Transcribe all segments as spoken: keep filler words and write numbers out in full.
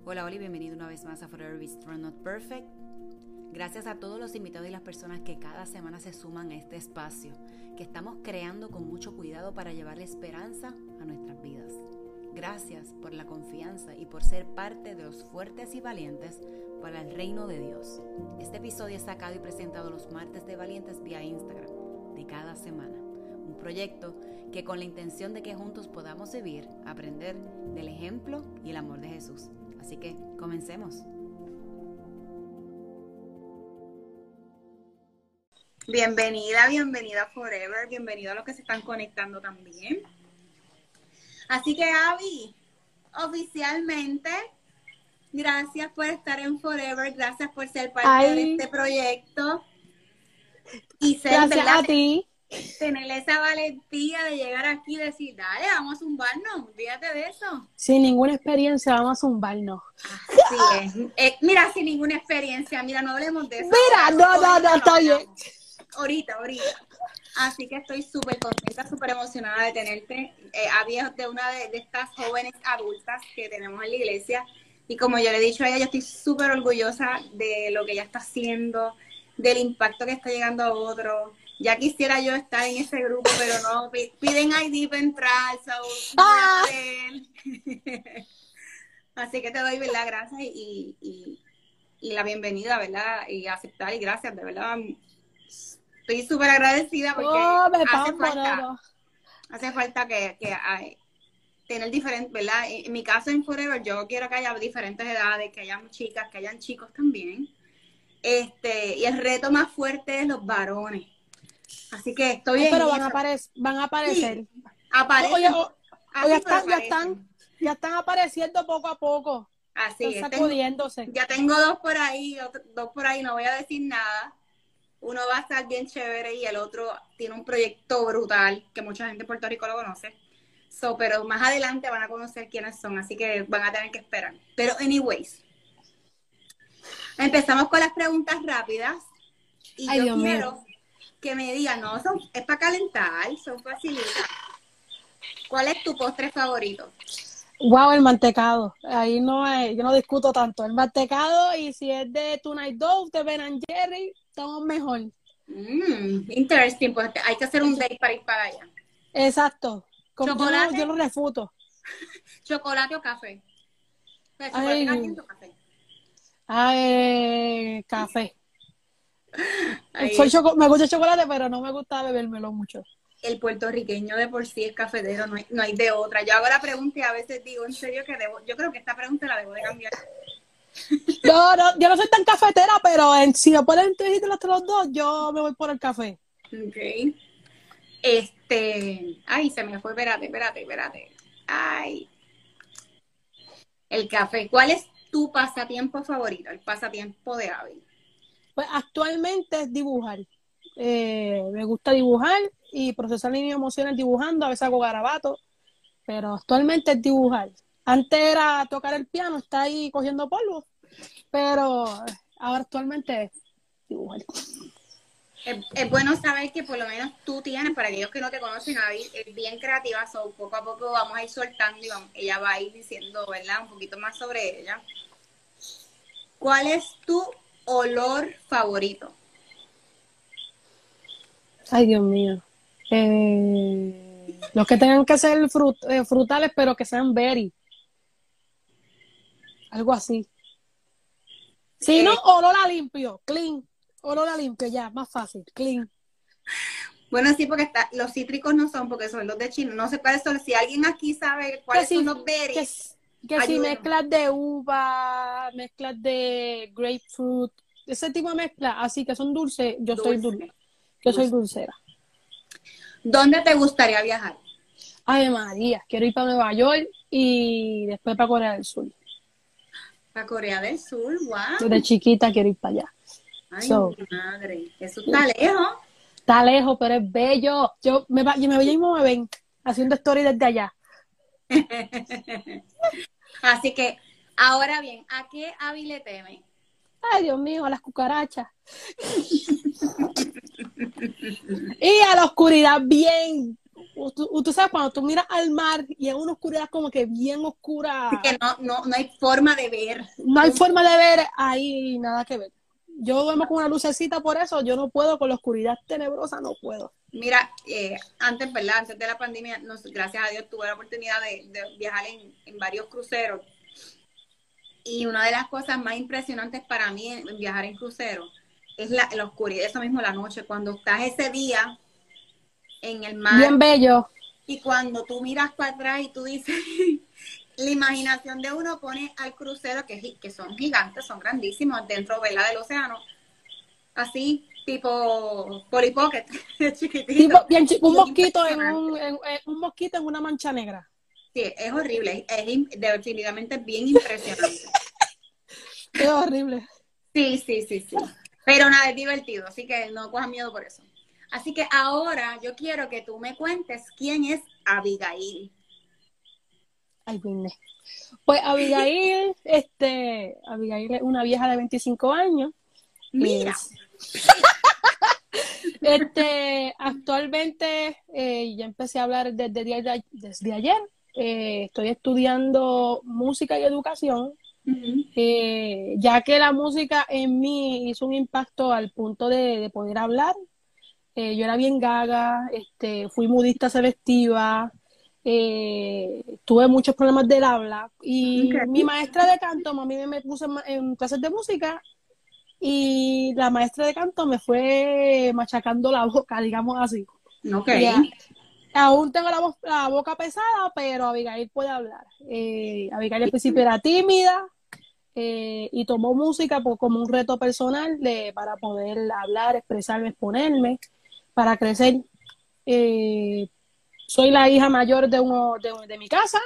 Hola, Oli, bienvenido una vez más a Forever Be Strong Not Perfect. Gracias a todos los invitados y las personas que cada semana se suman a este espacio, que estamos creando con mucho cuidado para llevarle esperanza a nuestras vidas. Gracias por la confianza y por ser parte de los fuertes y valientes para el reino de Dios. Este episodio es sacado y presentado los martes de Valientes vía Instagram de cada semana. Un proyecto que con la intención de que juntos podamos vivir, aprender del ejemplo y el amor de Jesús. Así que comencemos. Bienvenida, bienvenida a Forever, bienvenido a los que se están conectando también. Así que, Abby, oficialmente, gracias por estar en Forever, gracias por ser parte Ay. de este proyecto. Y ser, Gracias ¿verdad? a ti. Tener esa valentía de llegar aquí y decir, dale, vamos a zumbarnos, olvídate de eso. Sin ninguna experiencia vamos a zumbarnos. Así es. Eh, mira, sin ninguna experiencia, mira, no hablemos de eso. Mira, ahora. no, no, Ahorita no, está hablamos. bien. Ahorita, ahorita. Así que estoy súper contenta, súper emocionada de tenerte. Eh, Abby es de una de, de estas jóvenes adultas que tenemos en la iglesia. Y como yo le he dicho a ella, yo estoy súper orgullosa de lo que ella está haciendo, del impacto que está llegando a otros. Ya quisiera yo estar en ese grupo, pero no, piden I D para entrar, so no voy a poder. Así que te doy, ¿verdad? Gracias y, y, y la bienvenida, ¿verdad? Y aceptar y gracias, de verdad. Estoy súper agradecida porque Oh, me hace pampo, falta, no, no. hace falta que, que hay, tener diferentes, ¿verdad? En mi caso en Forever, yo quiero que haya diferentes edades, que hayan chicas, que hayan chicos también. Este, y el reto más fuerte es los varones. Así que estoy Ay, en pero van a, eso. aparecer, van a aparecer. Sí, aparecen. Oye, o- así, oye, pero están, ya aparecen. están, ya están apareciendo poco a poco. Así es. Están Tengo, sacudiéndose. ya tengo dos por ahí, otro- dos por ahí, no voy a decir nada. Uno va a estar bien chévere y el otro tiene un proyecto brutal que mucha gente en Puerto Rico lo conoce. So, pero más adelante van a conocer quiénes son, así que van a tener que esperar. Pero anyways, empezamos con las preguntas rápidas y Ay, yo Dios quiero mío. que me digan, no, son, es para calentar, son facilitas. ¿Cuál es tu postre favorito? Wow, el mantecado. Ahí no hay, yo no discuto tanto. El mantecado, y si es de Tonight Dove, de Ben and Jerry, estamos mejor. Mmm, interesting, pues hay que hacer un date para ir para allá. Exacto. Como yo, no, ¿Chocolate? yo lo refuto. ¿Chocolate o café? Pues, Ay. ¿chocolate caliente o café? Ay, café. Ahí Soy es. choco- me gusta el chocolate, pero no me gusta bebérmelo mucho. El puertorriqueño de por sí es cafetero, no hay, no hay de otra. Yo hago la pregunta y a veces digo, en serio que debo, yo creo que esta pregunta la debo de cambiar. No, no, yo no soy tan cafetera, pero en, si me ponen entre los, los dos, yo me voy por el café. Ok. Este, ay, se me fue, espérate, espérate, espérate. Ay. El café. ¿Cuál es tu pasatiempo favorito? El pasatiempo de Abby. Pues actualmente es dibujar. Eh, me gusta dibujar y procesar mis emociones dibujando, a veces hago garabatos, pero actualmente es dibujar. Antes era tocar el piano, está ahí cogiendo polvo, pero ahora actualmente es dibujar. Es, es bueno saber que por lo menos tú tienes, para aquellos que no te conocen, Abby es bien creativa, so poco a poco vamos a ir soltando y vamos, ella va a ir diciendo, ¿verdad? Un poquito más sobre ella. ¿Cuál es tu olor favorito? Ay, Dios mío. Eh, los que tengan que ser frut- eh, frutales, pero que sean berry. Algo así. Si Eh, no, olor a limpio, clean. Olor a limpio, ya, más fácil, clean. Bueno, sí, porque está, los cítricos no son, porque son los de China. No sé cuáles son. Si alguien aquí sabe cuáles Que son si, los que, berries, que si ayúdenos. mezclas de uva, mezclas de grapefruit, ese tipo de mezcla, así que son dulces, yo soy Dulce. dulce. Yo soy Dulce. dulcera. ¿Dónde te gustaría viajar? Ay, María, quiero ir para Nueva York y después para Corea del Sur. A Corea del Sur, wow. Desde chiquita quiero ir para allá. Ay, So, mi madre, eso está lejos. está lejos, pero es bello. Yo me, va- yo me voy y me ven haciendo story desde allá. Así que, ahora bien, ¿a qué Abby le teme? Ay, Dios mío, a las cucarachas. Y a la oscuridad bien tú, tú sabes, cuando tú miras al mar y es una oscuridad como que bien oscura. Así que no, no, no hay forma de ver. No hay forma de ver, ahí nada que ver. Yo duermo con una lucecita, por eso yo no puedo, con la oscuridad tenebrosa no puedo. Mira, eh, antes, ¿verdad? Antes de la pandemia, nos, gracias a Dios tuve la oportunidad de, de viajar en, en varios cruceros. Y una de las cosas más impresionantes para mí en, en viajar en crucero es la, la oscuridad, eso mismo la noche, cuando estás ese día en el mar. Bien bello. Y cuando tú miras para atrás y tú dices, la imaginación de uno pone al crucero, que, que son gigantes, son grandísimos, dentro, ¿verdad?, del océano, así, tipo Polly Pocket, chiquitito. Tipo, bien, un mosquito en un, en, en, un mosquito en una mancha negra. Sí, es horrible, es, es definitivamente bien impresionante. Es horrible. Sí, sí, sí, sí. Pero nada, es divertido, así que no cojas miedo por eso. Así que ahora yo quiero que tú me cuentes quién es Abigail. Ay, vine. Pues Abigail, este, Abigail es una vieja de veinticinco años. Mira. Es, este, actualmente eh, ya empecé a hablar desde, desde, desde ayer. Eh, estoy estudiando música y educación. Uh-huh. eh, ya que la música en mí hizo un impacto al punto de, de poder hablar. Eh, yo era bien gaga, este, fui modista selectiva, eh, tuve muchos problemas del habla y okay. Mi maestra de canto, mami me puso en, en clases de música y la maestra de canto me fue machacando la boca, digamos así. Okay. A, aún tengo la, voz, la boca pesada, pero Abigail puede hablar. Eh, Abigail al principio era tímida, Eh, y tomó música por, como un reto personal de, para poder hablar, expresarme, exponerme, para crecer. Eh, soy la hija mayor de uno de, de mi casa.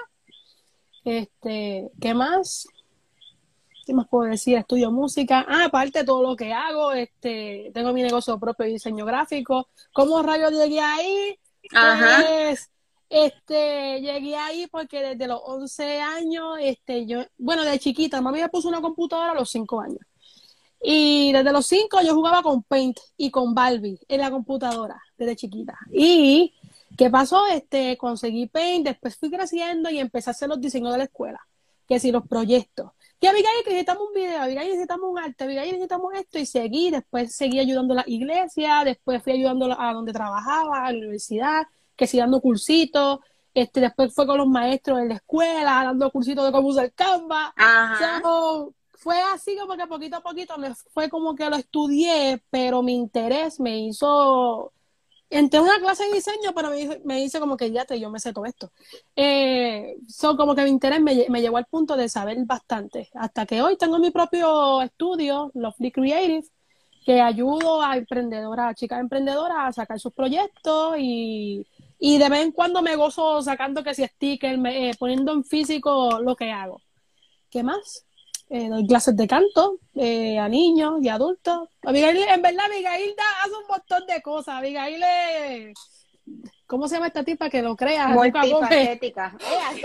Este, ¿qué más? ¿Qué más puedo decir? Estudio música. Ah, aparte de todo lo que hago, este, tengo mi negocio propio de diseño gráfico. ¿Cómo rayos llegué ahí? Ajá. Pues, Este, llegué ahí porque desde los once años, este, yo, bueno, de chiquita, mami me puso una computadora a los cinco años. Y desde los cinco yo jugaba con Paint y con Barbie en la computadora, desde chiquita. Y, ¿qué pasó? Este, conseguí Paint, después fui creciendo y empecé a hacer los diseños de la escuela. Que si los proyectos. Que Abigail, que necesitamos un video, Abigail, necesitamos un arte, Abigail, necesitamos esto. Y seguí, después seguí ayudando a la iglesia, después fui ayudando a donde trabajaba, a la universidad, que sí dando cursitos, este, después fue con los maestros en la escuela, dando cursitos de cómo usar Canva. Ajá. So, fue así como que poquito a poquito me fue como que lo estudié, pero mi interés me hizo, entré en una clase de diseño, pero me, me hice como que ya te, yo me sé todo esto. Eh, so, como que mi interés me, me llevó al punto de saber bastante, hasta que hoy tengo mi propio estudio, Lovely Creative, que ayudo a emprendedoras, a chicas emprendedoras a sacar sus proyectos y, y de vez en cuando me gozo sacando que si stickers, me, eh, poniendo en físico lo que hago. ¿Qué más? Eh, doy clases de canto eh, a niños y adultos. Abigail, en verdad, Abigail da, hace un montón de cosas. Abigail es... ¿Cómo se llama esta tipa que lo crea? Multifacética.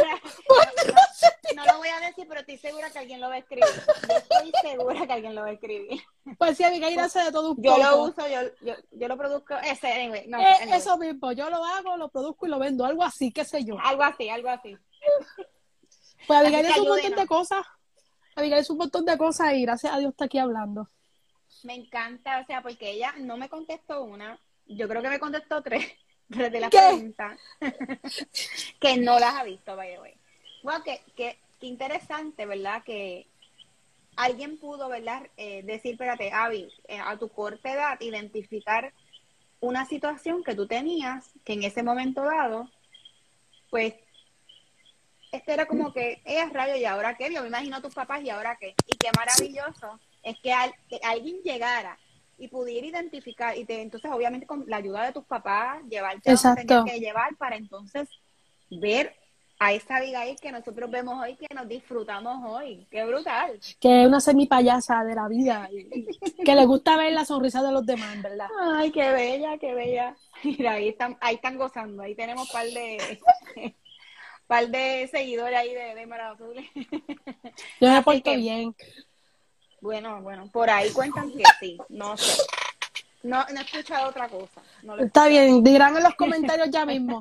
No, no lo voy a decir, pero estoy segura que alguien lo va a escribir. Yo estoy segura que alguien lo va a escribir. Pues sí, Abigail hace de todo un yo poco. Yo lo uso, yo, yo, yo lo produzco. Ese, anyway, no, eh, anyway. Eso mismo, yo lo hago, lo produzco y lo vendo. Algo así, qué sé yo. Algo así, algo así. Pues Abigail es un montón de cosas. Abigail es un montón de cosas y gracias a Dios está aquí hablando. Me encanta, o sea, porque ella no me contestó una, yo creo que me contestó tres. Desde la ¿Qué? pregunta que no las ha visto, by the way. Bueno, que, que, que interesante, ¿verdad? Que alguien pudo, ¿verdad? Eh, decir, espérate, Abby, eh, a tu corta edad, identificar una situación que tú tenías, que en ese momento dado, pues, este era como que, ella rayo, ¿y ahora qué? Yo me imagino a tus papás, ¿y ahora qué? Y qué maravilloso es que, al, que alguien llegara y pudiera identificar, y te, entonces obviamente con la ayuda de tus papás, llevarte a donde tenías que llevar para entonces ver a esa Abigail que nosotros vemos hoy, que nos disfrutamos hoy. ¡Qué brutal! Que es una semipayasa de la vida, y, que le gusta ver la sonrisa de los demás, ¿verdad? ¡Ay, qué bella, qué bella! Mira, ahí están, ahí están gozando, ahí tenemos par de... par de seguidores ahí de, de Mara Azul. Yo me porto bien. Bueno, bueno, por ahí cuentan que sí, no sé. No, no he escuchado otra cosa. No Está bien, dirán en los comentarios ya mismo.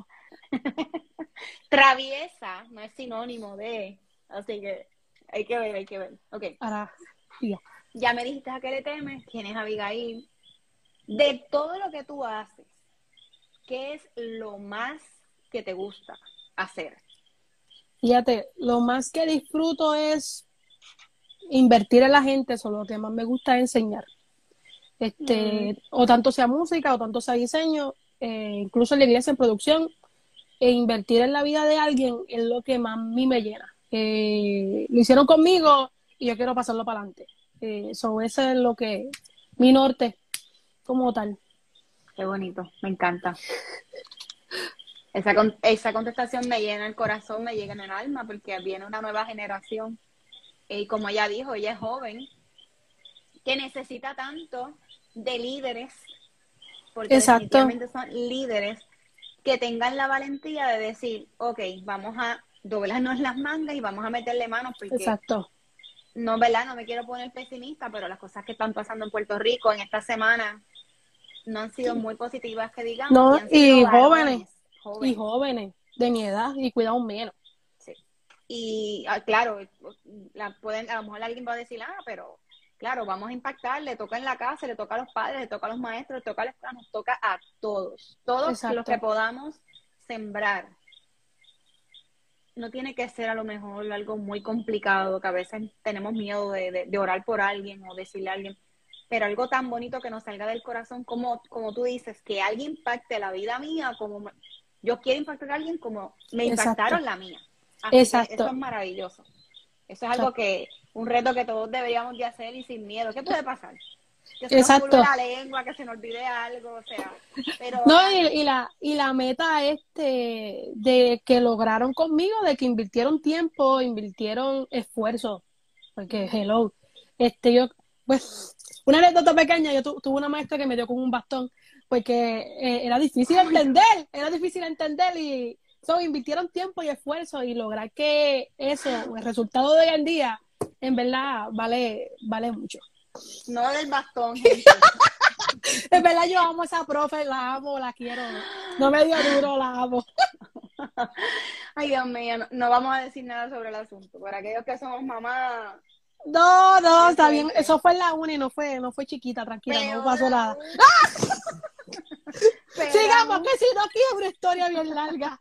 Traviesa no es sinónimo de, así que hay que ver, hay que ver. Ok, Ahora, ya. ya me dijiste a qué le temes, quién es Abigail. De todo lo que tú haces, ¿qué es lo más que te gusta hacer? Fíjate, lo más que disfruto es invertir en la gente, eso lo que más me gusta es enseñar. Este, Mm. o tanto sea música, o tanto sea diseño, eh, incluso en la iglesia en producción, e invertir en la vida de alguien es lo que más a mí me llena. Eh, lo hicieron conmigo y yo quiero pasarlo para adelante. Eh, so, ese es lo que, mi norte, como tal. Qué bonito, me encanta. Esa, con- esa contestación me llena el corazón, me llega en el alma, porque viene una nueva generación. Y como ella dijo, ella es joven, que necesita tanto de líderes, porque Exacto, definitivamente son líderes que tengan la valentía de decir, ok, vamos a doblarnos las mangas y vamos a meterle manos, porque exacto. no, ¿verdad? No me quiero poner pesimista, pero las cosas que están pasando en Puerto Rico en esta semana no han sido muy positivas, que digamos, y No, han sido y jóvenes, varones, y jóvenes. jóvenes de mi edad, y cuidado menos. Sí. Y ah, claro, la pueden, a lo mejor alguien va a decir, ah, pero claro, vamos a impactar, le toca en la casa, le toca a los padres, le toca a los maestros, le toca a la escuela, nos toca a todos, todos los que Exacto, podamos sembrar. No tiene que ser a lo mejor algo muy complicado, que a veces tenemos miedo de, de, de orar por alguien o decirle a alguien, pero algo tan bonito que nos salga del corazón, como, como tú dices, que alguien impacte la vida mía, como me- yo quiero impactar a alguien como me exacto, impactaron la mía. Así que eso es exacto, maravilloso. Eso es algo exacto, que, un reto que todos deberíamos de hacer y sin miedo. ¿Qué puede pasar? Que se nos pulve exacto. la lengua, que se nos olvide algo, o sea, pero No, y, háganlo. y la, y la meta este de que lograron conmigo, de que invirtieron tiempo, invirtieron esfuerzo, porque Ujú. hello, este yo, pues, una anécdota pequeña, yo tu- tuve una maestra que me dio con un bastón, porque eh, era difícil Ay, entender, era difícil entender y so, invirtieron tiempo y esfuerzo y lograr que eso, el resultado de hoy en día, en verdad, vale, vale mucho. no del bastón, gente. En verdad yo amo a esa profe, la amo, la quiero, no me dio duro, la amo. Ay, Dios mío, no, no vamos a decir nada sobre el asunto. Para aquellos que somos mamás, No, no, qué está bien. fuerte. Eso fue en la uni, no fue, no fue chiquita, tranquila, no Peor pasó nada. aún, peor Sigamos, aún. que si no quiero una historia bien larga.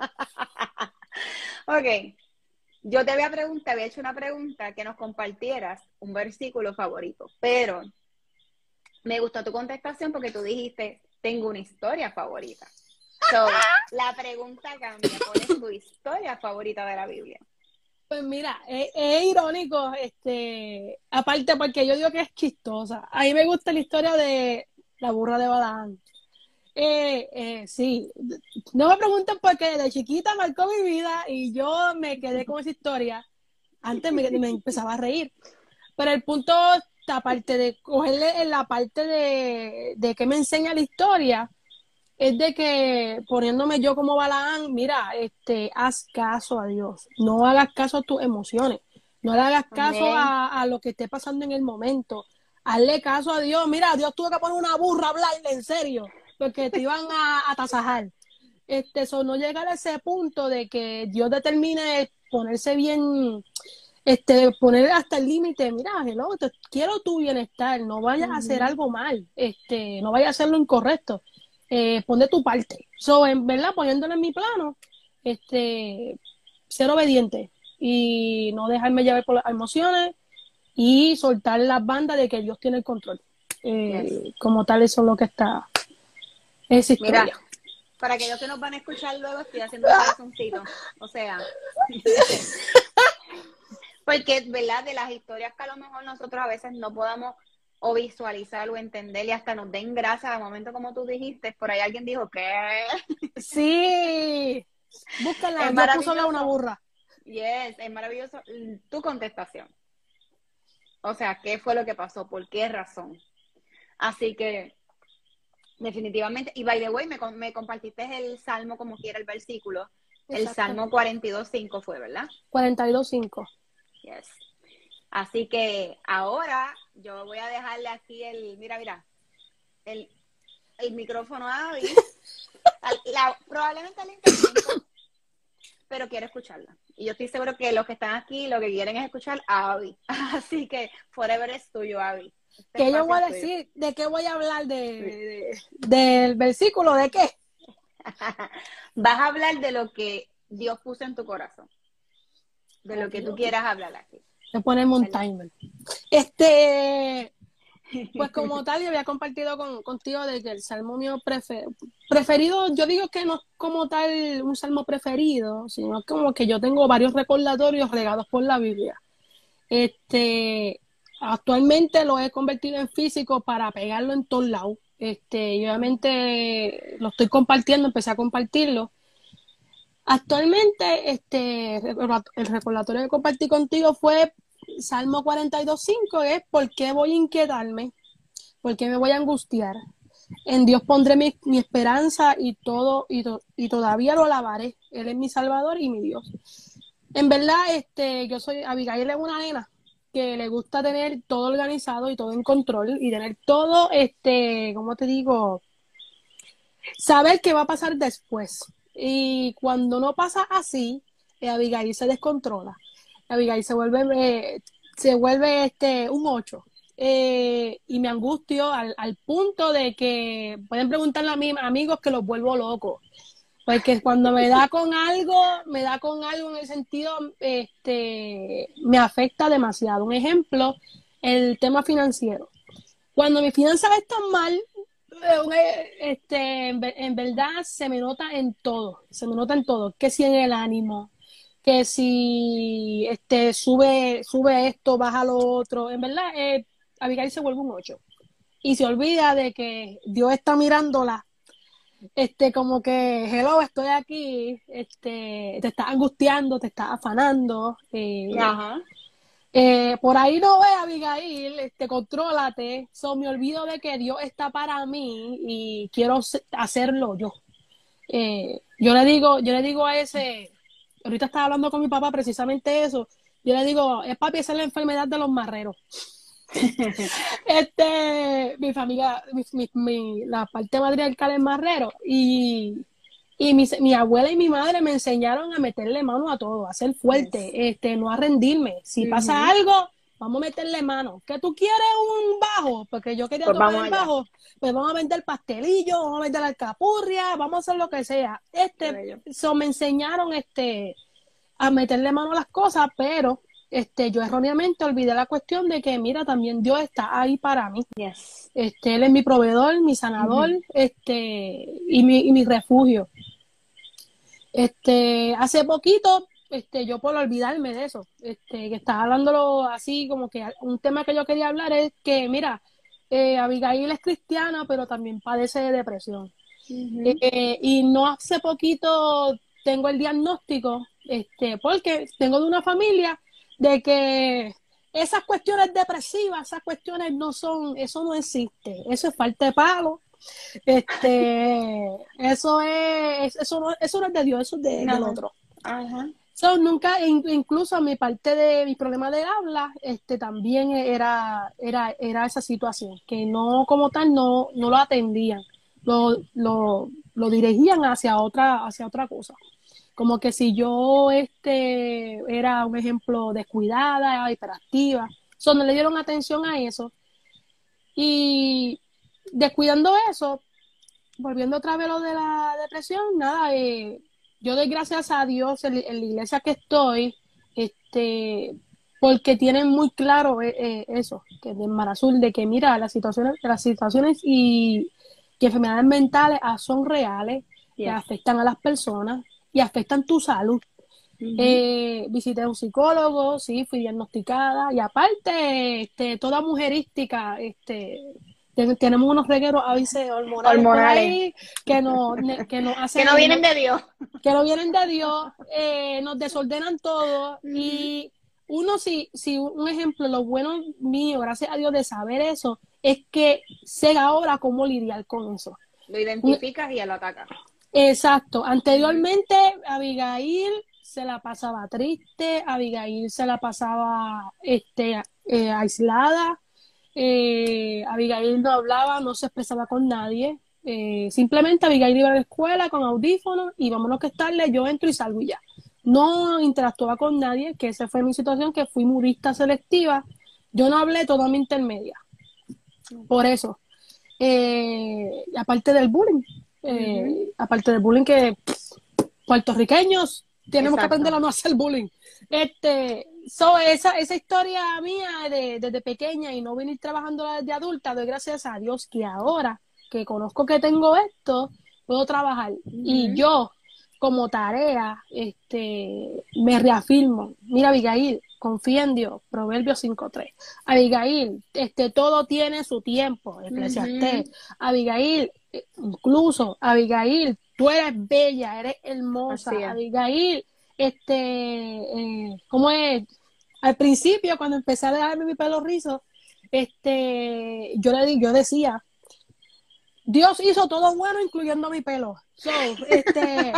Ok, yo te había preguntado, había hecho una pregunta que nos compartieras un versículo favorito, pero me gustó tu contestación porque tú dijiste, tengo una historia favorita. So, la pregunta cambia, ¿cuál es tu historia favorita de la Biblia? Pues mira, es, es irónico, este, aparte porque yo digo que es chistosa. A mí me gusta la historia de la burra de Balaán. Eh, eh, sí, no me pregunten por qué, de chiquita marcó mi vida y yo me quedé con esa historia. Antes me, me empezaba a reír. Pero el punto, aparte de cogerle en la parte de, de que me enseña la historia, es de que poniéndome yo como Balaán, mira, este, haz caso a Dios, no hagas caso a tus emociones, no le hagas caso Amén. a, a lo que esté pasando en el momento, hazle caso a Dios, mira, Dios tuvo que poner una burra a hablarle en serio, porque te iban a, a tasajar. Este, eso no llegar a ese punto de que Dios determine ponerse bien, este, poner hasta el límite, mira, hello, te, quiero tu bienestar, no vayas a hacer Ujú. algo mal, este, no vayas a hacer lo incorrecto, eh, pon de tu parte. So, en verdad, poniéndolo en mi plano, este, ser obediente y no dejarme llevar por las emociones y soltar las bandas de que Dios tiene el control. Yes. Eh, como tal, eso es lo que está, esa Mira, historia. para aquellos que nos van a escuchar luego, estoy haciendo un corazoncito. O sea, porque, ¿verdad? De las historias que a lo mejor nosotros a veces no podamos o visualizar o entender y hasta nos den gracia al momento como tú dijiste, por ahí alguien dijo, ¿qué? Sí, búscala, Es Dios puso la una maravilloso. burra. Yes, es maravilloso tu contestación. O sea, ¿qué fue lo que pasó? ¿Por qué razón? Así que, definitivamente, y by the way, me, me compartiste el salmo como quiera el versículo. El Exacto. salmo cuarenta y dos cinco fue, ¿verdad? cuarenta y dos cinco. Yes. Así que ahora yo voy a dejarle aquí el, mira, mira, el, el micrófono a Abby. La, probablemente la interrumpa, pero quiero escucharla. Y yo estoy seguro que los que están aquí lo que quieren es escuchar a Abby. Así que forever es tuyo, Abby. Este ¿Qué yo voy a espacio es decir? ¿De qué voy a hablar? ¿De, de- del versículo? ¿De qué? tuyo. Vas a hablar de lo que Dios puso en tu corazón. De lo Ok, que tú ok. quieras hablar aquí. Voy a ponerme un ¿Verdad? timer. Este, pues como tal, yo había compartido con, contigo de que el salmo mío prefe- preferido, yo digo que no es como tal un salmo preferido, sino como que yo tengo varios recordatorios regados por la Biblia. Este, actualmente lo he convertido en físico para pegarlo en todos lados. Este, y obviamente lo estoy compartiendo, empecé a compartirlo. Actualmente, este, el recordatorio que compartí contigo fue Salmo cuarenta y dos cinco, es ¿por qué voy a inquietarme? ¿Por qué me voy a angustiar? En Dios pondré mi, mi esperanza y todo, y, to, y todavía lo alabaré. Él es mi Salvador y mi Dios. En verdad, este, yo soy, Abigail es una nena que le gusta tener todo organizado y todo en control y tener todo, este, ¿cómo te digo? Saber qué va a pasar después. Y cuando no pasa así, eh, Abigail se descontrola. Abigail se vuelve, eh, se vuelve este, un ocho. Eh, y me angustio al, al punto de que pueden preguntarle a mis amigos que los vuelvo locos. Porque cuando me da con algo, me da con algo en el sentido, este, me afecta demasiado. Un ejemplo, el tema financiero. Cuando mis finanzas están mal, este, en, en verdad se me nota en todo, se me nota en todo, que si en el ánimo, que si este, sube, sube esto, baja lo otro, en verdad eh, Abigail se vuelve un ocho y se olvida de que Dios está mirándola, este, como que, hello, estoy aquí, este, te estás angustiando, te estás afanando, eh, Ajá. eh, por ahí no ve, Abigail, este, contrólate. So, me olvido de que Dios está para mí y quiero hacerlo yo. Eh, yo le digo, yo le digo a ese, ahorita estaba hablando con mi papá precisamente eso. Yo le digo, es papi, esa es la enfermedad de los marreros. Este, mi familia, mi, mi, mi, la parte matriarcal es marrero y y mi, mi abuela y mi madre me enseñaron a meterle mano a todo, a ser fuerte, Yes. este, no a rendirme. Si Uh-huh. pasa algo, vamos a meterle mano. ¿Que tú quieres un bajo? Porque yo quería Pues tocar vamos el allá. bajo. Pues vamos a vender pastelillos, vamos a vender alcapurria, vamos a hacer lo que sea. Este, so, me enseñaron este, a meterle mano a las cosas, pero este, yo erróneamente olvidé la cuestión de que, mira, también Dios está ahí para mí. Yes. Este, Él es mi proveedor, mi sanador, uh-huh. este, y mi, y mi refugio. Este, hace poquito, este, yo por olvidarme de eso, este, que estaba hablándolo así, como que un tema que yo quería hablar es que, mira, eh, Abigail es cristiana, pero también padece de depresión. Uh-huh. Eh, y no hace poquito tengo el diagnóstico, este, porque tengo de una familia de que esas cuestiones depresivas, esas cuestiones no son, eso no existe, eso es falta de palo. Este, eso es, eso no, eso no es de Dios, eso es de, uh-huh. del otro. Uh-huh. So, nunca, incluso mi parte de mi problema de habla, este, también era, era, era esa situación, que no, como tal, no, no lo atendían, lo, lo, lo dirigían hacia otra, hacia otra cosa. Como que si yo, este, era un ejemplo descuidada, hiperactiva, so, no le dieron atención a eso. Y descuidando eso, volviendo otra vez lo de la depresión, nada, eh, yo doy gracias a Dios en, en la iglesia que estoy, este, porque tienen muy claro eh, eh, eso, que de Mar Azul, de que mira, las situaciones, las situaciones y, y enfermedades mentales ah, son reales, yes. que afectan a las personas y afectan tu salud. Uh-huh. Eh, visité a un psicólogo, sí, fui diagnosticada y aparte, este, toda mujerística, este, tenemos unos regueros a veces hormonales, hormonales por ahí que no, que no hacen que no vienen de Dios, que no vienen de Dios, eh, nos desordenan todo. Uh-huh. Y uno si, si un ejemplo, lo bueno mío, gracias a Dios de saber eso, es que sé ahora cómo lidiar con eso. Lo identificas un, y ya lo atacas. Exacto. Anteriormente, uh-huh. Abigail se la pasaba triste, Abigail se la pasaba este, eh, aislada. Eh, Abigail no hablaba, no se expresaba con nadie, eh, simplemente Abigail iba a la escuela con audífonos y vámonos que estarle, yo entro y salgo y ya, no interactuaba con nadie, que esa fue mi situación, que fui murista selectiva. Yo no hablé toda mi intermedia. Por eso. Eh, aparte del bullying. Eh, uh-huh. Aparte del bullying que puertorriqueños tenemos Exacto. que aprender a no hacer bullying. Este, so, esa, esa historia mía de, desde pequeña y no venir trabajando desde adulta, doy gracias a Dios que ahora que conozco que tengo esto, puedo trabajar. Uh-huh. Y yo, como tarea, este, me reafirmo. Mira, Abigail, confía en Dios. Proverbios cinco tres. Abigail, este, todo tiene su tiempo. Eclesiastés. Uh-huh. Abigail, incluso, Abigail, tú eres bella, eres hermosa. Abigail, este, eh, ¿cómo es? Al principio, cuando empecé a dejarme mi pelo rizo, este, yo le yo decía, Dios hizo todo bueno, incluyendo mi pelo. So, este,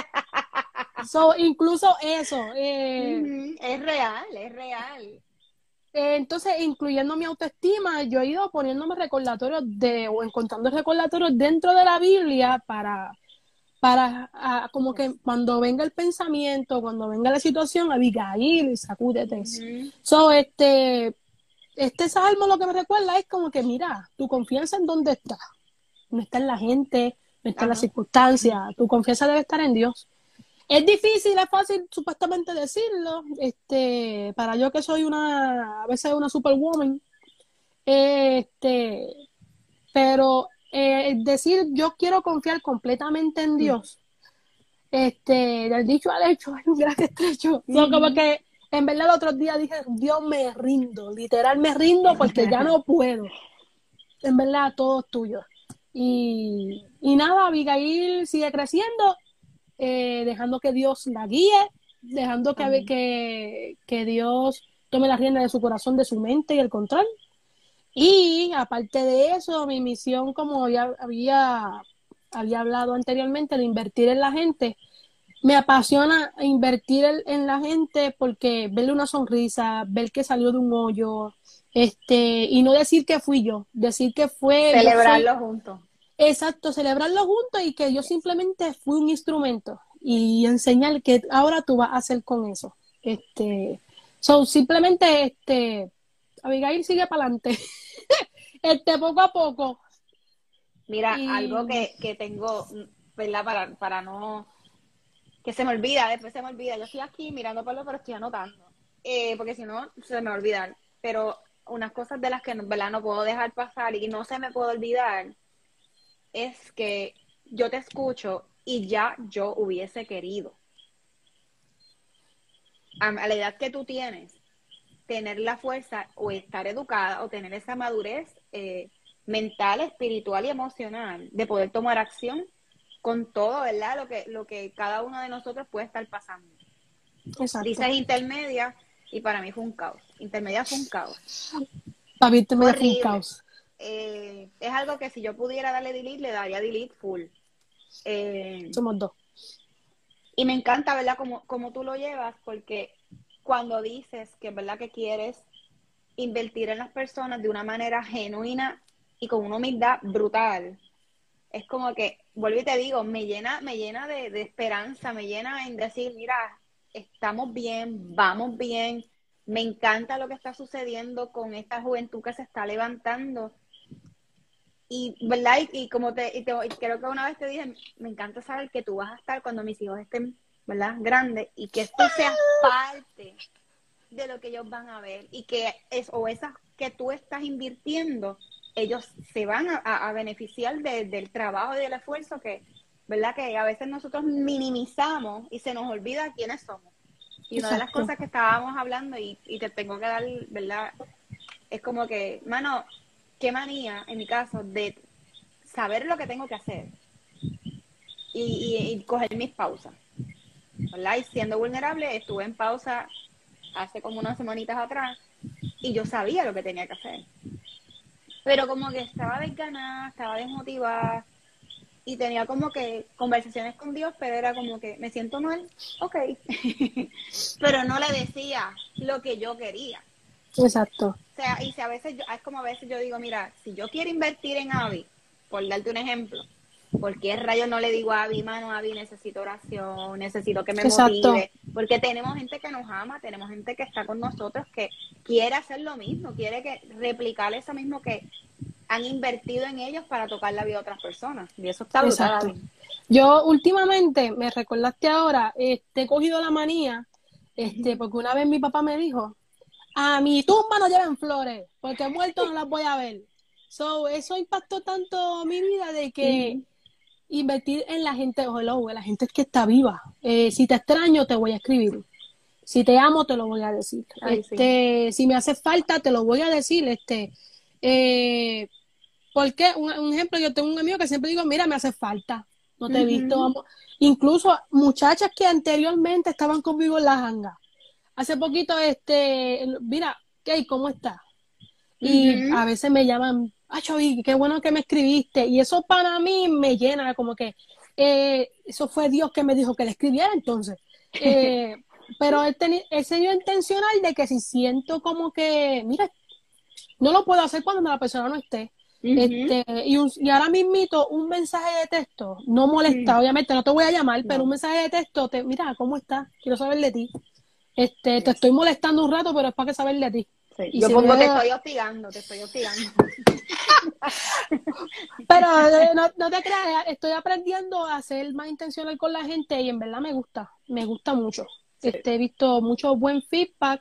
so, incluso eso. Eh, uh-huh. Es real, es real. Eh, entonces, incluyendo mi autoestima, yo he ido poniéndome recordatorios de, o encontrando recordatorios dentro de la Biblia para, para a, como que cuando venga el pensamiento, cuando venga la situación, Abigail, sacúdete. Uh-huh. So, este, este salmo lo que me recuerda es como que, mira, tu confianza en dónde está. No está en la gente, no está Ajá. en las circunstancias, tu confianza debe estar en Dios. Es difícil, es fácil supuestamente decirlo, este, para yo que soy una, a veces una superwoman, este, pero eh, decir yo quiero confiar completamente en Dios, este, del dicho al hecho hay un gran estrecho. Uh-huh. So, como que en verdad el otro día dije, Dios, me rindo, literal me rindo porque ya no puedo. En verdad todo es tuyo. Y, y nada, Abigail sigue creciendo, eh, dejando que Dios la guíe, dejando que, que, que Dios tome la rienda de su corazón, de su mente y el control. Y aparte de eso, mi misión, como ya había, había hablado anteriormente, de invertir en la gente, me apasiona invertir en, en la gente porque verle una sonrisa, ver que salió de un hoyo, este, y no decir que fui yo, decir que fue... Celebrarlo soy, juntos. Exacto, celebrarlo juntos y que yo simplemente fui un instrumento y enseñar que ahora tú vas a hacer con eso. Este, so, simplemente, este, Abigail sigue para adelante, este, poco a poco. Mira, y... algo que, que tengo, ¿verdad? Para, para no, que se me olvida, después se me olvida. Yo estoy aquí mirando para lo, pero estoy anotando, eh, porque si no, se me va a olvidar. Pero unas cosas de las que, ¿verdad? No puedo dejar pasar y no se me puede olvidar es que yo te escucho y ya yo hubiese querido, a, a la edad que tú tienes, tener la fuerza o estar educada o tener esa madurez eh, mental, espiritual y emocional de poder tomar acción con todo, ¿verdad? Lo que, lo que cada uno de nosotros puede estar pasando. Exacto. Dices intermedia y para mí fue un caos. Intermedia fue un caos. Para mí intermedia fue un caos. Eh, es algo que si yo pudiera darle delete, le daría delete full. Eh, Somos dos. Y me encanta, ¿verdad? Como, como tú lo llevas, porque cuando dices que es verdad que quieres invertir en las personas de una manera genuina y con una humildad brutal, es como que, vuelvo y te digo, me llena, me llena de, de esperanza, me llena en decir, mira, estamos bien, vamos bien, me encanta lo que está sucediendo con esta juventud que se está levantando. Y, ¿verdad? Y, y como te, y te, y creo que una vez te dije, me encanta saber que tú vas a estar cuando mis hijos estén, ¿verdad? Grandes, y que esto sea parte de lo que ellos van a ver, y que es, o esas que tú estás invirtiendo, ellos se van a, a beneficiar de, del trabajo y del esfuerzo que, ¿verdad? Que a veces nosotros minimizamos y se nos olvida quiénes somos. Y una Exacto. de las cosas que estábamos hablando, y, y te tengo que dar, ¿verdad? Es como que, mano, qué manía, en mi caso, de saber lo que tengo que hacer y, y, y coger mis pausas, ¿verdad? Y siendo vulnerable, estuve en pausa hace como unas semanitas atrás y yo sabía lo que tenía que hacer. Pero como que estaba desganada, estaba desmotivada y tenía como que conversaciones con Dios, pero era como que me siento mal, ok. Pero no le decía lo que yo quería. Exacto. O sea, y si a veces, yo, es como a veces yo digo, mira, si yo quiero invertir en Abby, por darte un ejemplo, ¿por qué rayos no le digo a Abby, mano, Abby, necesito oración, necesito que me Exacto. motive? porque tenemos gente que nos ama, tenemos gente que está con nosotros, que quiere hacer lo mismo, quiere que replicar eso mismo que han invertido en ellos para tocar la vida de otras personas. Y eso está brutal. Exacto. Yo últimamente, me recordaste ahora, este, he cogido la manía, este, uh-huh. porque una vez mi papá me dijo, a mi tumba no lleven flores, porque muertos no las voy a ver. So, eso impactó tanto mi vida de que uh-huh. invertir en la gente, oh, hello, la gente es que está viva. Eh, si te extraño, te voy a escribir. Si te amo, te lo voy a decir. Ay, este, sí. Si me hace falta, te lo voy a decir. Este, eh, porque, un, un ejemplo, yo tengo un amigo que siempre digo, mira, me hace falta. No te he uh-huh. visto. Vamos. Incluso muchachas que anteriormente estaban conmigo en la janga. Hace poquito, este, mira, ¿qué? ¿Cómo estás? Y uh-huh. a veces me llaman, ah, Choy, qué bueno que me escribiste. Y eso para mí me llena, como que eh, eso fue Dios que me dijo que le escribiera entonces. Eh, pero él, ten, él se dio intencional de que si siento como que, mira, no lo puedo hacer cuando la persona no esté. Uh-huh. Este, y, un, y ahora mismito un mensaje de texto, no molesta, uh-huh. obviamente no te voy a llamar, no. pero un mensaje de texto, te, mira, ¿cómo estás? Quiero saber de ti. Este, te estoy molestando un rato, pero es para que saber de ti. Sí, yo pongo, ve... te estoy hostigando, te estoy hostigando. Pero eh, no, no te creas, estoy aprendiendo a ser más intencional con la gente y en verdad me gusta, me gusta mucho. Sí. Este, he visto mucho buen feedback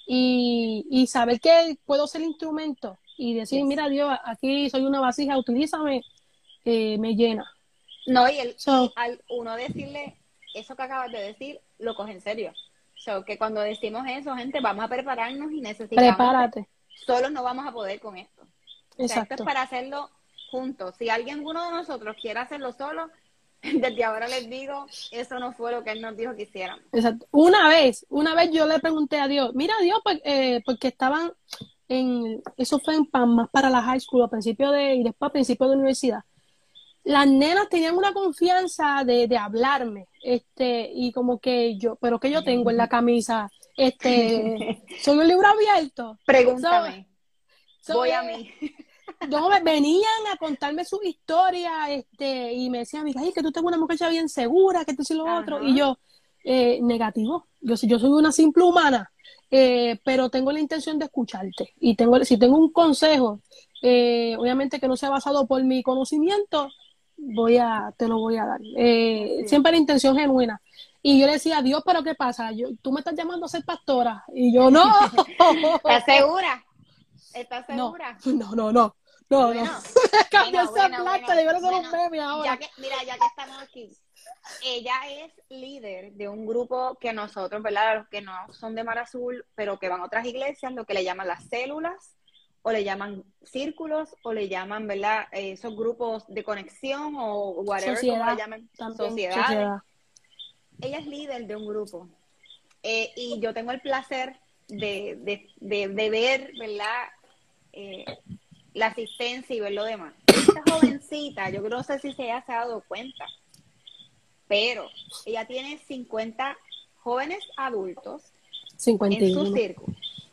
y, y saber que puedo ser instrumento y decir, yes. mira Dios, aquí soy una vasija, utilízame, eh, me llena. No, y, el, so, y al uno decirle eso que acabas de decir, lo coge en serio. So, que cuando decimos eso, gente, vamos a prepararnos y necesitamos. Prepárate. Solos no vamos a poder con esto. O sea, esto es para hacerlo juntos. Si alguien, uno de nosotros quiere hacerlo solo, desde ahora les digo, eso no fue lo que él nos dijo que hiciéramos. Exacto. Una vez, una vez yo le pregunté a Dios, mira Dios, pues, eh, porque estaban en, eso fue en más para la high school, a principio de, y después a principio de universidad. Las nenas tenían una confianza de, de hablarme, este, y como que yo, pero que yo tengo en la camisa, este, soy un libro abierto. Pregúntame. So, so, Voy a mí. No, venían a contarme su historia, este, y me decían, ay, que tú tengas una muchacha bien segura, que tú sí lo Ajá. otro, y yo, eh, negativo, yo, yo soy una simple humana, eh, pero tengo la intención de escucharte, y tengo, si tengo un consejo, eh, obviamente que no sea basado por mi conocimiento, voy a, te lo voy a dar. Eh, sí. Siempre la intención genuina. Y yo le decía, Dios, ¿pero qué pasa? Yo, tú me estás llamando a ser pastora. Y yo, no. ¿Estás segura? ¿Estás segura? No, no, no. No, bueno, no. Cambió esa bueno, plata, bueno, yo no soy bueno, un meme ahora. Ya que, mira, ya que estamos aquí, ella es líder de un grupo que nosotros, ¿verdad? Los que no son de Mar Azul, pero que van a otras iglesias, lo que le llaman las células, o le llaman círculos, o le llaman, ¿verdad? Eh, esos grupos de conexión, o whatever, sociedad, como le llaman, sociedades. Sociedad. Ella es líder de un grupo. Eh, y yo tengo el placer de, de, de, de ver, ¿verdad? Eh, la asistencia y ver lo demás. Esta jovencita, yo no sé si se ella se ha dado cuenta, pero ella tiene cincuenta jóvenes adultos cincuenta y uno. En su círculo.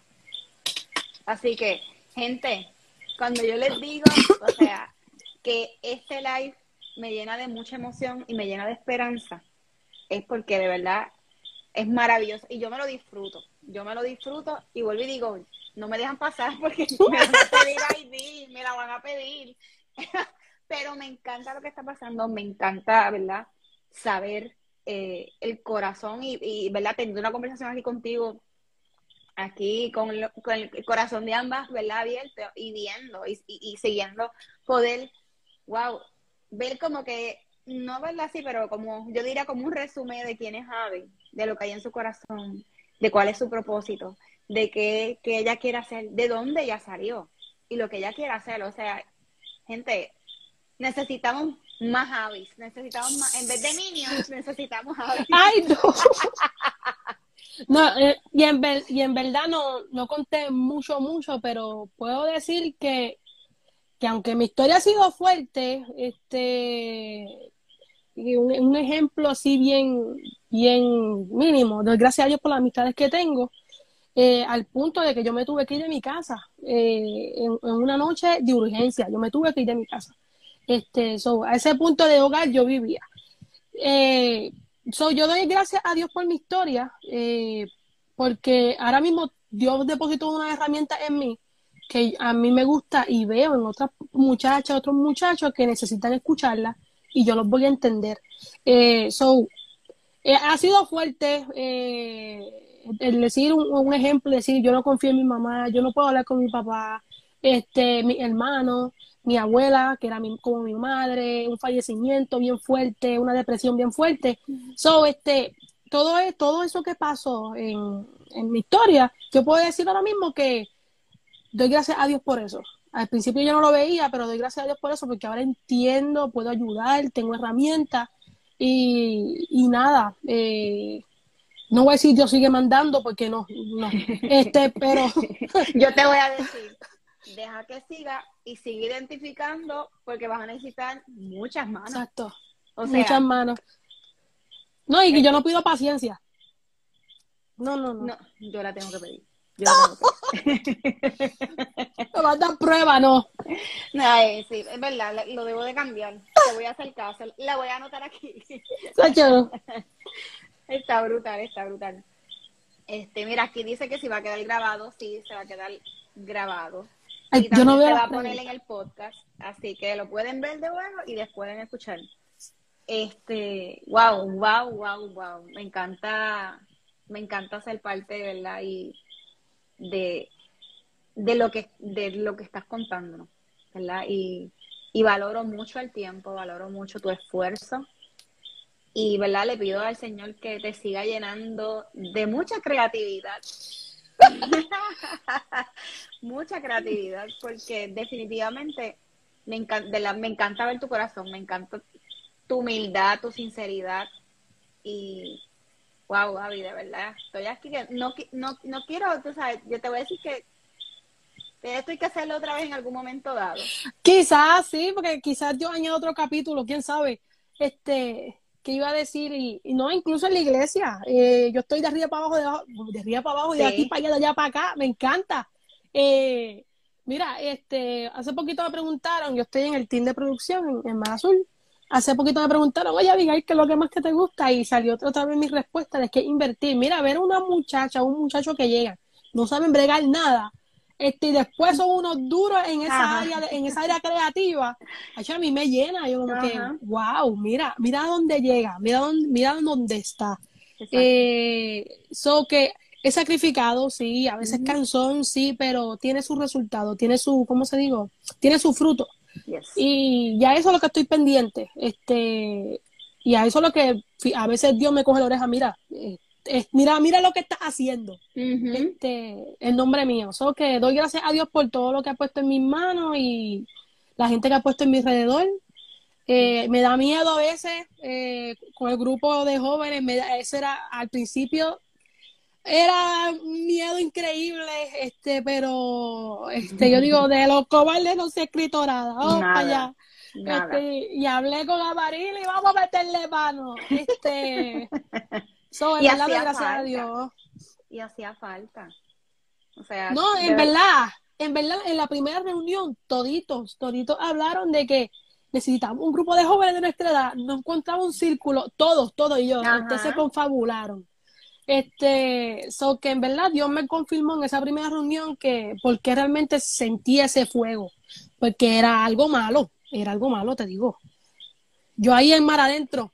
Así que, gente, cuando yo les digo, o sea, que este live me llena de mucha emoción y me llena de esperanza, es porque de verdad es maravilloso y yo me lo disfruto. Yo me lo disfruto y vuelvo y digo, no me dejan pasar porque me van a pedir I D, me la van a pedir. Pero me encanta lo que está pasando, me encanta, ¿verdad? Saber eh, el corazón y, y, ¿verdad? Teniendo una conversación aquí contigo, aquí con, lo, con el corazón de ambas, ¿verdad? Abierto y viendo y, y, y siguiendo, poder, wow, ver como que, no verla así, pero como, yo diría como un resumen de quién es Abby, de lo que hay en su corazón, de cuál es su propósito, de qué, qué ella quiere hacer, de dónde ella salió y lo que ella quiere hacer. O sea, gente, necesitamos más Abby's, necesitamos más, en vez de niños, necesitamos Abby's. ¡Ay, no! No, eh, y, en ver, y en verdad no, no conté mucho, mucho, pero puedo decir que, que aunque mi historia ha sido fuerte, este, y un, un ejemplo así bien, bien mínimo, doy gracias a Dios por las amistades que tengo, eh, al punto de que yo me tuve que ir de mi casa, eh, en, en una noche de urgencia, yo me tuve que ir de mi casa. Este, so, a ese punto de hogar yo vivía. Eh, So, yo doy gracias a Dios por mi historia, eh, porque ahora mismo Dios depositó una herramienta en mí que a mí me gusta y veo en otras muchachas, otros muchachos que necesitan escucharla y yo los voy a entender. Eh, so, eh, ha sido fuerte eh, el decir un, un ejemplo, decir yo no confío en mi mamá, yo no puedo hablar con mi papá, este, mi hermano, mi abuela, que era mi, como mi madre, un fallecimiento bien fuerte, una depresión bien fuerte. So, este, todo, es, todo eso que pasó en, en mi historia, yo puedo decir ahora mismo que doy gracias a Dios por eso. Al principio yo no lo veía, pero doy gracias a Dios por eso, porque ahora entiendo, puedo ayudar, tengo herramientas y, y nada, eh, no voy a decir Dios sigue mandando porque no, no, este, pero yo te voy a decir, deja que siga y sigue identificando porque vas a necesitar muchas manos. Exacto, o sea, muchas manos. No, y que yo no pido paciencia. No, no, no. No, yo la tengo que pedir. Yo la tengo que pedir. Me vas a dar prueba, no. No, eh, sí, es verdad, lo debo de cambiar. Te voy a hacer caso. La voy a anotar aquí. Sacho. Está brutal, está brutal. Este, mira, aquí dice que si va a quedar grabado, sí, se va a quedar grabado. Ay, Y yo no también veo se las va a poner preguntas. en el podcast, así que lo pueden ver de nuevo y después pueden escuchar. Este, wow, wow, wow, wow. Me encanta, me encanta ser parte, ¿verdad? Y de, de lo que, de lo que estás contándonos, ¿verdad? Y, y valoro mucho el tiempo, valoro mucho tu esfuerzo. Y, ¿verdad? Le pido al Señor que te siga llenando de mucha creatividad. Mucha creatividad, porque definitivamente me encanta, de la, me encanta ver tu corazón, me encanta tu humildad, tu sinceridad. Y, wow, Gaby, de verdad, estoy aquí que no, no, no quiero, tú sabes, yo te voy a decir que esto hay que hacerlo otra vez en algún momento dado. Quizás sí, porque quizás yo añado otro capítulo, quién sabe. Este, ¿qué iba a decir? Y, y no, incluso en la iglesia. Eh, yo estoy de arriba para abajo, de, abajo, de arriba para abajo, y de Sí. aquí para allá, de allá para acá. Me encanta. Eh, mira, este, hace poquito me preguntaron, yo estoy en el team de producción en, en Mar Azul. Hace poquito me preguntaron, oye, Abigail, ¿qué es lo que más que te gusta? Y salió otra, otra vez mi respuesta de que invertir. Mira, ver a una muchacha, un muchacho que llega, no saben bregar nada. Este, y después son unos duros en esa Ajá. área, de, en esa área creativa. Ay, a mí me llena, yo como Ajá. que, wow, mira, mira dónde llega, mira dónde, mira dónde está. Eh, so que es sacrificado, sí, a veces Uh-huh. cansón, sí, pero tiene su resultado, tiene su, ¿cómo se digo? Tiene su fruto. Yes. Y ya eso es lo que estoy pendiente. Este, y a eso es lo que a veces Dios me coge la oreja, mira, eh, eh, mira, mira lo que estás haciendo. Uh-huh. Este, el nombre mío. So que doy gracias a Dios por todo lo que ha puesto en mis manos y la gente que ha puesto en mi alrededor. Eh, me da miedo a veces eh, con el grupo de jóvenes, me da, ese era al principio era un miedo increíble, este, pero este, yo digo, de los cobardes no se ha escrito nada, vamos Nada, para allá. nada. Este, y hablé con Amaril y vamos a meterle mano. Este, so, en y verdad, hacía gracias falta. a Dios. Y hacía falta. O sea, no, en verdad, en verdad, en la primera reunión, toditos, toditos hablaron de que necesitamos un grupo de jóvenes de nuestra edad, no encontraba un círculo, todos, todos y yo, este, se confabularon. Este, so que en verdad Dios me confirmó en esa primera reunión que porque realmente sentía ese fuego, porque era algo malo, era algo malo, te digo. Yo ahí en mar adentro,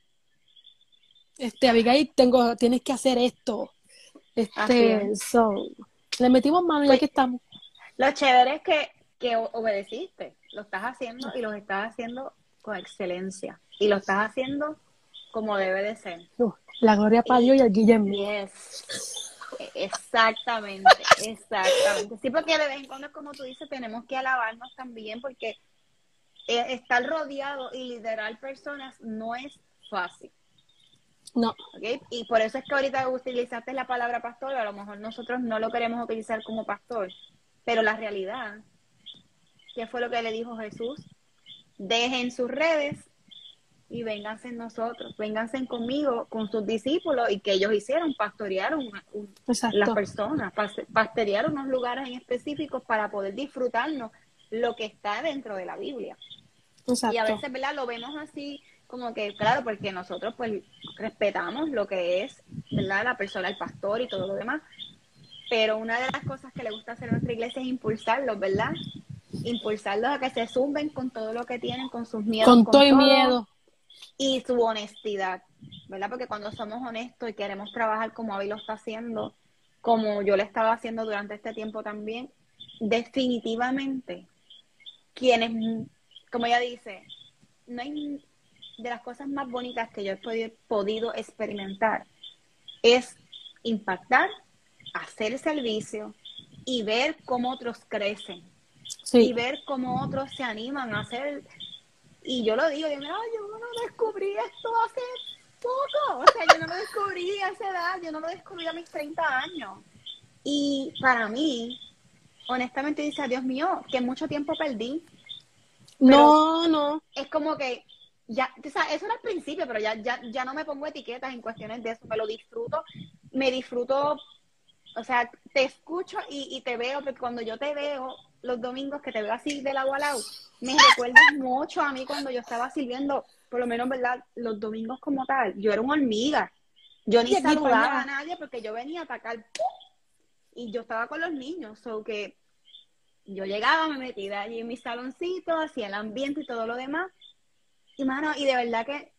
este, Abigail, tengo, tienes que hacer esto. Este, so, le metimos mano y pues, aquí estamos. Lo chévere es que, que obedeciste, lo estás haciendo y lo estás haciendo con excelencia y lo estás haciendo como debe de ser. Uh, la gloria para Dios y al Guillermo. Yes. Exactamente, exactamente. Sí, porque de vez en cuando, como tú dices, tenemos que alabarnos también porque estar rodeado y liderar personas no es fácil. No. ¿Okay? Y por eso es que ahorita utilizaste la palabra pastor, a lo mejor nosotros no lo queremos utilizar como pastor, pero la realidad, ¿qué fue lo que le dijo Jesús? Dejen sus redes y vénganse en nosotros, vénganse conmigo, con sus discípulos, y que ellos hicieron, pastorearon un, un, las personas, pastorearon unos lugares en específicos para poder disfrutarnos lo que está dentro de la Biblia. Exacto. Y a veces, ¿verdad? Lo vemos así como que, claro, porque nosotros pues respetamos lo que es, ¿verdad? La persona, el pastor y todo lo demás, pero una de las cosas que le gusta hacer a nuestra iglesia es impulsarlos, ¿verdad? Impulsarlos a que se zumben con todo lo que tienen, con sus miedos, Con con todo y todo, miedo. y su honestidad, ¿verdad? Porque cuando somos honestos y queremos trabajar como Abby lo está haciendo, como yo lo estaba haciendo durante este tiempo también, definitivamente, quienes, como ella dice, no hay de las cosas más bonitas que yo he podido, podido experimentar es impactar, hacer servicio y ver cómo otros crecen Sí. y ver cómo otros se animan a hacer. Y yo lo digo, yo, mira, yo no descubrí esto hace poco, o sea, yo no lo descubrí a esa edad, yo no lo descubrí a mis treinta años. Y para mí, honestamente, dice, Dios mío, que mucho tiempo perdí. No, no. Es como que, ya, o sea, eso era al principio, pero ya, ya, ya no me pongo etiquetas en cuestiones de eso, me lo disfruto, me disfruto, o sea, te escucho y, y te veo, porque cuando yo te veo los domingos, que te veo así de lado a lado, me recuerdas mucho a mí cuando yo estaba sirviendo, por lo menos, ¿verdad? Los domingos como tal, yo era una hormiga, yo ni De aquí para saludaba allá. a nadie porque yo venía a atacar, ¡pum! Y yo estaba con los niños, so que yo llegaba, me metía allí en mi saloncito, hacía el ambiente y todo lo demás, y mano, y de verdad que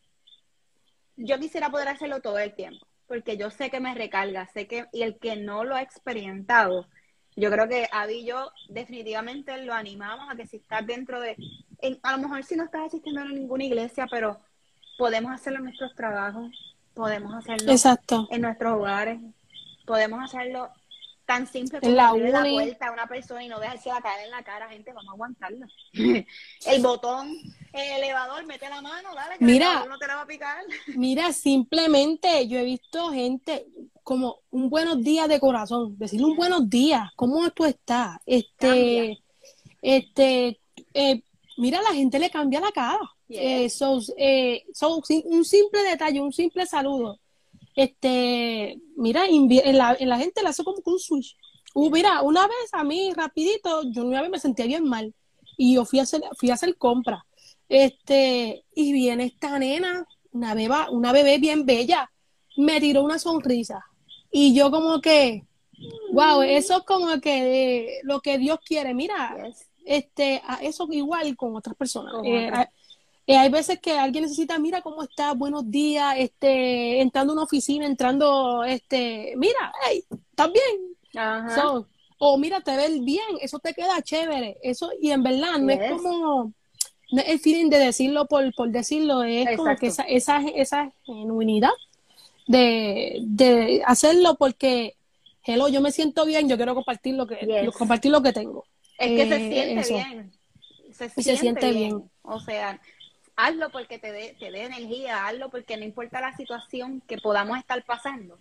yo quisiera poder hacerlo todo el tiempo, porque yo sé que me recarga, sé que, y el que no lo ha experimentado, yo creo que Abby y yo definitivamente lo animamos a que si estás dentro de, en, a lo mejor si no estás asistiendo a ninguna iglesia, pero podemos hacerlo en nuestros trabajos, podemos hacerlo Exacto. en nuestros hogares, podemos hacerlo tan simple En como la abrirle la uni. puerta a una persona y no dejarse la caer en la cara, gente, vamos a aguantarlo. El botón, el elevador, mete la mano, dale, que el Mira, elevador no te la va a picar. mira, simplemente yo he visto gente como un buenos días de corazón, decirle un buenos días, ¿cómo tú estás? Cambia. Este, este, eh, mira, a la gente le cambia la cara. Yes. Eh, so, eh, so, si- un simple detalle, un simple saludo. Este, mira, invi- en la, en la gente le hace como que un switch. Uh, mira, una vez a mí, rapidito, yo una vez me sentía bien mal y yo fui a hacer, fui a hacer compras. Este, y viene esta nena, una beba, una bebé bien bella, me tiró una sonrisa. Y yo como que, wow, eso es como que eh, lo que Dios quiere. Mira, Yes. este, a eso igual con otras personas. Con Eh, otras. a- eh, hay veces que alguien necesita, mira cómo estás, buenos días, este, entrando a una oficina, entrando, este, mira, hey, ¿estás bien? Ajá. So, o mira, te ves bien, eso te queda chévere. Eso, y en verdad, no es Yes. como, no es el feeling de decirlo por, por decirlo, es como que Exacto. esa, esa, esa genuinidad de, de hacerlo porque, hello, yo me siento bien, yo quiero compartir lo que, Yes. compartir lo que tengo. Es que se Eh, siente eso. bien. Se Y siente, se siente bien. bien. O sea, hazlo porque te dé te dé energía, hazlo porque no importa la situación que podamos estar pasando.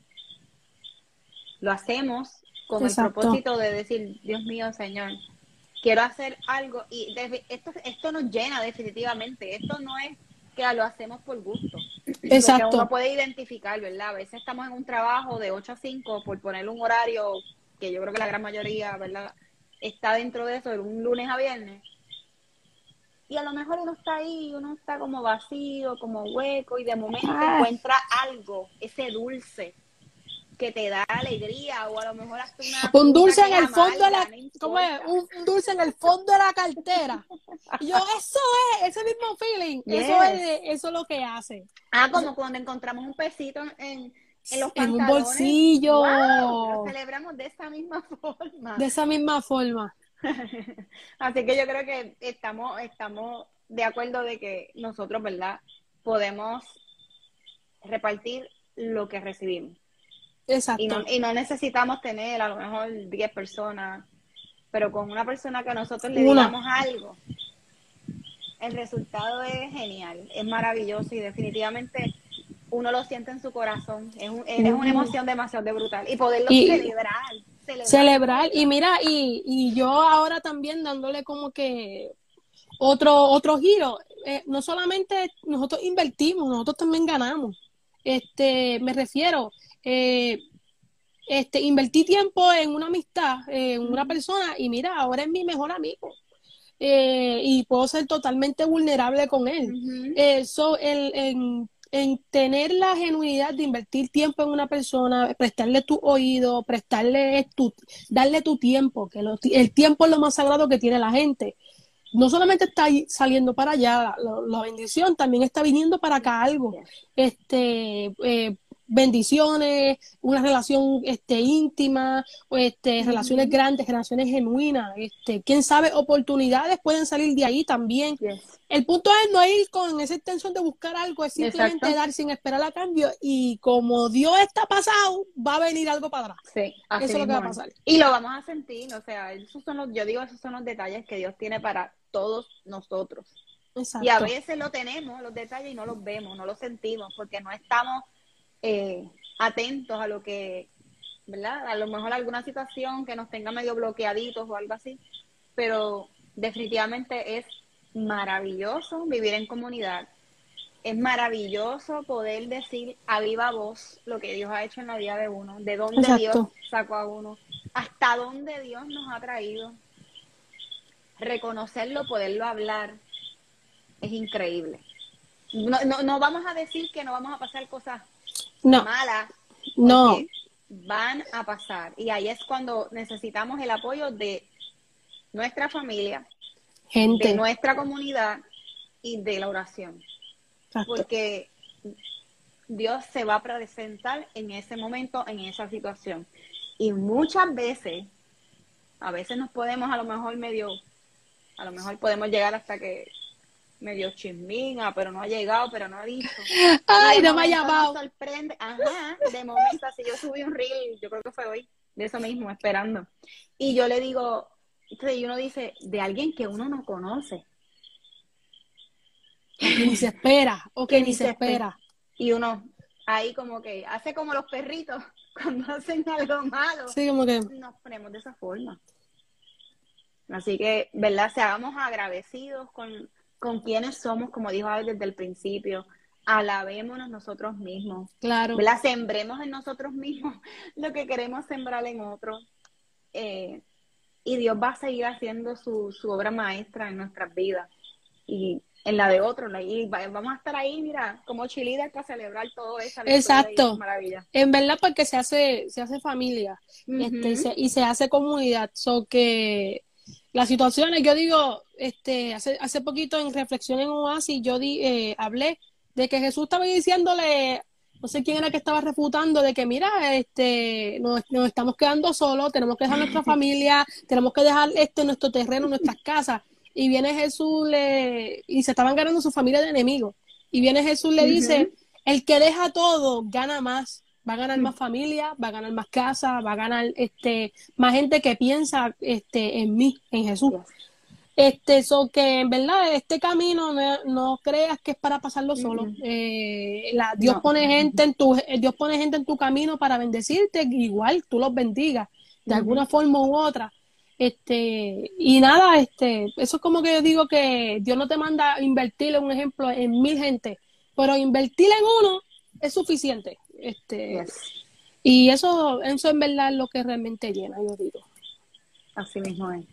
Lo hacemos con el Exacto. propósito de decir, Dios mío, Señor, quiero hacer algo y de, esto, esto nos llena definitivamente. Esto no es que lo hacemos por gusto. Exacto. Porque uno puede identificar, ¿verdad? A veces estamos en un trabajo de ocho a cinco por poner un horario que yo creo que la gran mayoría, ¿verdad? Está dentro de eso, de un lunes a viernes. Y a lo mejor uno está ahí, uno está como vacío, como hueco, y de momento Ah. encuentra algo, ese dulce que te da alegría, o a lo mejor hasta una un dulce en que el es fondo de la, amarga, no ¿cómo es? importa. Un, un dulce en el fondo de la cartera. Y yo, eso es, ese mismo feeling, Yes. eso es, eso es lo que hace. Ah, como cuando encontramos un pesito en, en los pantalones. En un bolsillo. ¡Wow! Lo celebramos de esa misma forma. De esa misma forma. Así que yo creo que estamos, estamos de acuerdo de que nosotros, ¿verdad? Podemos repartir lo que recibimos. Exacto. Y no, y no necesitamos tener a lo mejor diez personas, pero con una persona que nosotros le Una. digamos algo, el resultado es genial, es maravilloso y definitivamente uno lo siente en su corazón. Es, un, es una emoción demasiado brutal. Y poderlo Y celebrar. Celebrar. celebrar. Y mira, y, y yo ahora también dándole como que otro, otro giro. Eh, no solamente nosotros invertimos, nosotros también ganamos. Este, me refiero, eh, este, invertí tiempo en una amistad, eh, en una persona, y mira, ahora es mi mejor amigo. eh, y puedo ser totalmente vulnerable con él. Ujú. Eh, so, el, en, en tener la genuinidad de invertir tiempo en una persona, prestarle tu oído, prestarle tu, darle tu tiempo, que lo- el tiempo es lo más sagrado que tiene la gente. No solamente está ahí saliendo para allá la, la bendición, también está viniendo para acá algo. Yes. Este, eh, bendiciones, una relación este, íntima, o este, relaciones Ujú. grandes, relaciones genuinas. Este, quién sabe, oportunidades pueden salir de ahí también. Yes. El punto es no ir con esa intención de buscar algo, es simplemente Exacto. dar sin esperar a cambio. Y como Dios está pasado, va a venir algo para atrás. Sí, así Eso es lo que va a mismo es. pasar. Y lo vamos a sentir, o sea, esos son los, yo digo, esos son los detalles que Dios tiene para todos nosotros. Exacto. Y a veces lo tenemos, los detalles, y no los vemos, no los sentimos, porque no estamos eh, atentos a lo que, ¿verdad? A lo mejor alguna situación que nos tenga medio bloqueaditos o algo así, pero definitivamente es maravilloso vivir en comunidad. Es maravilloso poder decir a viva voz lo que Dios ha hecho en la vida de uno, de dónde Dios Exacto. sacó a uno, hasta dónde Dios nos ha traído. Reconocerlo, poderlo hablar, es increíble. No, no, no vamos a decir que no vamos a pasar cosas No, malas, no, porque van a pasar. Y ahí es cuando necesitamos el apoyo de nuestra familia, de gente. nuestra comunidad y de la oración. Exacto. Porque Dios se va a presentar en ese momento, en esa situación. Y muchas veces, a veces nos podemos a lo mejor medio, a lo mejor podemos llegar hasta que medio chisminga, pero no ha llegado, pero no ha dicho. Ay, Y de no me ha momento nos llamado. sorprende, ajá, de momento, así yo subí un reel, yo creo que fue hoy, de eso mismo, esperando. Y yo le digo, y uno dice, de alguien que uno no conoce. O que ni se espera, o que, que ni ni se se espera. espera. Y uno ahí como que hace como los perritos cuando hacen algo malo. Sí, como que, Nos ponemos de esa forma. Así que, ¿verdad? Seamos agradecidos con, con quienes somos, como dijo Abel desde el principio. Alabémonos nosotros mismos. claro, ¿Verdad? Sembremos en nosotros mismos lo que queremos sembrar en otros. Eh, y Dios va a seguir haciendo su, su obra maestra en nuestras vidas. Y en la de otros, y vamos a estar ahí, mira, como cheerleader para celebrar todo eso, exacto. maravilla. En verdad, porque se hace, se hace familia, Uh-huh. este, y se, y se hace comunidad. So que las situaciones, yo digo, este, hace, hace poquito en Reflexión en Oasis, yo di, eh, hablé de que Jesús estaba diciéndole, no sé quién era que estaba refutando, de que mira, este, nos, nos estamos quedando solos, tenemos que dejar nuestra familia, tenemos que dejar este, nuestro terreno, nuestras casas. Y viene Jesús le, y se estaban ganando su familia de enemigos. Y viene Jesús le Uh-huh. dice, el que deja todo gana más, va a ganar más familia, va a ganar más casa, va a ganar este más gente que piensa este en mí, en Jesús. Yes. Este, so que en verdad este camino no, no creas que es para pasarlo solo. Uh-uh. Eh, la, Dios No. pone gente en tu Dios pone gente en tu camino para bendecirte, igual tú los bendigas de Uh-huh. alguna forma u otra. Este, y nada, este, eso es como que yo digo que Dios no te manda a invertir, un ejemplo, en mil gente, pero invertir en uno es suficiente. Este, Yes. y eso, eso en verdad es lo que realmente llena, yo digo. Así mismo es.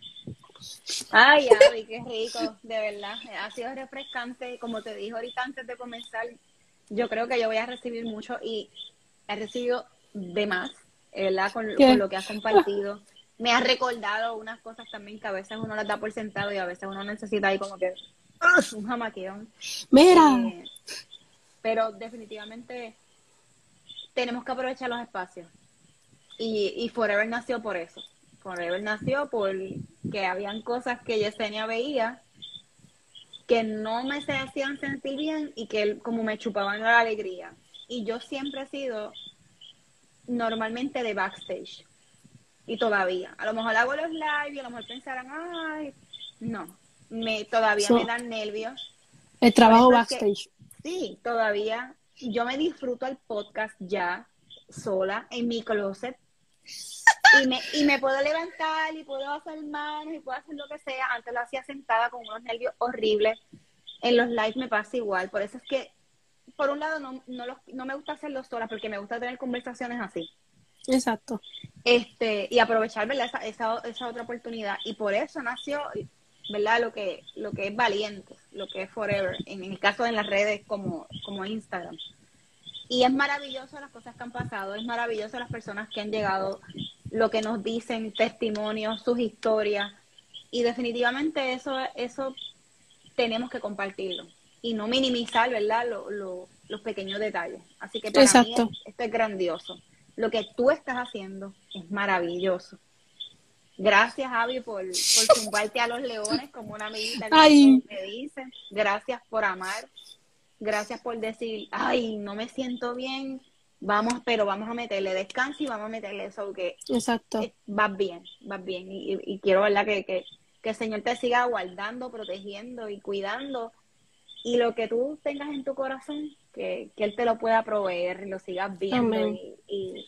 Ay, Abby, qué rico, de verdad. Ha sido refrescante. Como te dije ahorita antes de comenzar, yo creo que yo voy a recibir mucho y he recibido de más, ¿verdad? Con, con lo que has compartido. Me has recordado unas cosas también que a veces uno las da por sentado y a veces uno necesita ahí como que un jamaqueón. Mira. Eh, pero definitivamente tenemos que aprovechar los espacios. Y, y Forever nació por eso. Forever nació porque habían cosas que Yesenia veía que no me se hacían sentir bien y que como me chupaban la alegría. Y yo siempre he sido normalmente de backstage. Y todavía. A lo mejor hago los live y a lo mejor pensarán, ay, no. Me, todavía so, me dan nervios. El trabajo backstage. Que, sí, todavía. Yo me disfruto el podcast ya sola en mi closet. Y me, y me puedo levantar y puedo hacer manos y puedo hacer lo que sea. Antes lo hacía sentada con unos nervios horribles. En los live me pasa igual. Por eso es que, por un lado, no, no, los, no me gusta hacerlo sola porque me gusta tener conversaciones así. Exacto. Este, y aprovechar, ¿verdad? Esa, esa, esa otra oportunidad. Y por eso nació ¿verdad? Lo que, lo que es valiente, lo que es forever, en el caso de las redes como, como Instagram. Y es maravilloso las cosas que han pasado, es maravilloso las personas que han llegado, lo que nos dicen, testimonios, sus historias. Y definitivamente eso, eso tenemos que compartirlo y no minimizar, ¿verdad? Lo, lo, los pequeños detalles. Así que para Exacto. mí esto es grandioso. Lo que tú estás haciendo es maravilloso. Gracias, Javi, por, por zumbarte a los leones como una amiguita que Ay, me dice. Gracias por amar. Gracias por decir, ay, no me siento bien, vamos, pero vamos a meterle descanso y vamos a meterle eso, que exacto. eh, vas bien, vas bien. Y, y, y quiero, ¿verdad? Que, que, que el Señor te siga guardando, protegiendo y cuidando. Y lo que tú tengas en tu corazón, que, que Él te lo pueda proveer y lo sigas viendo. Amén. Y, y,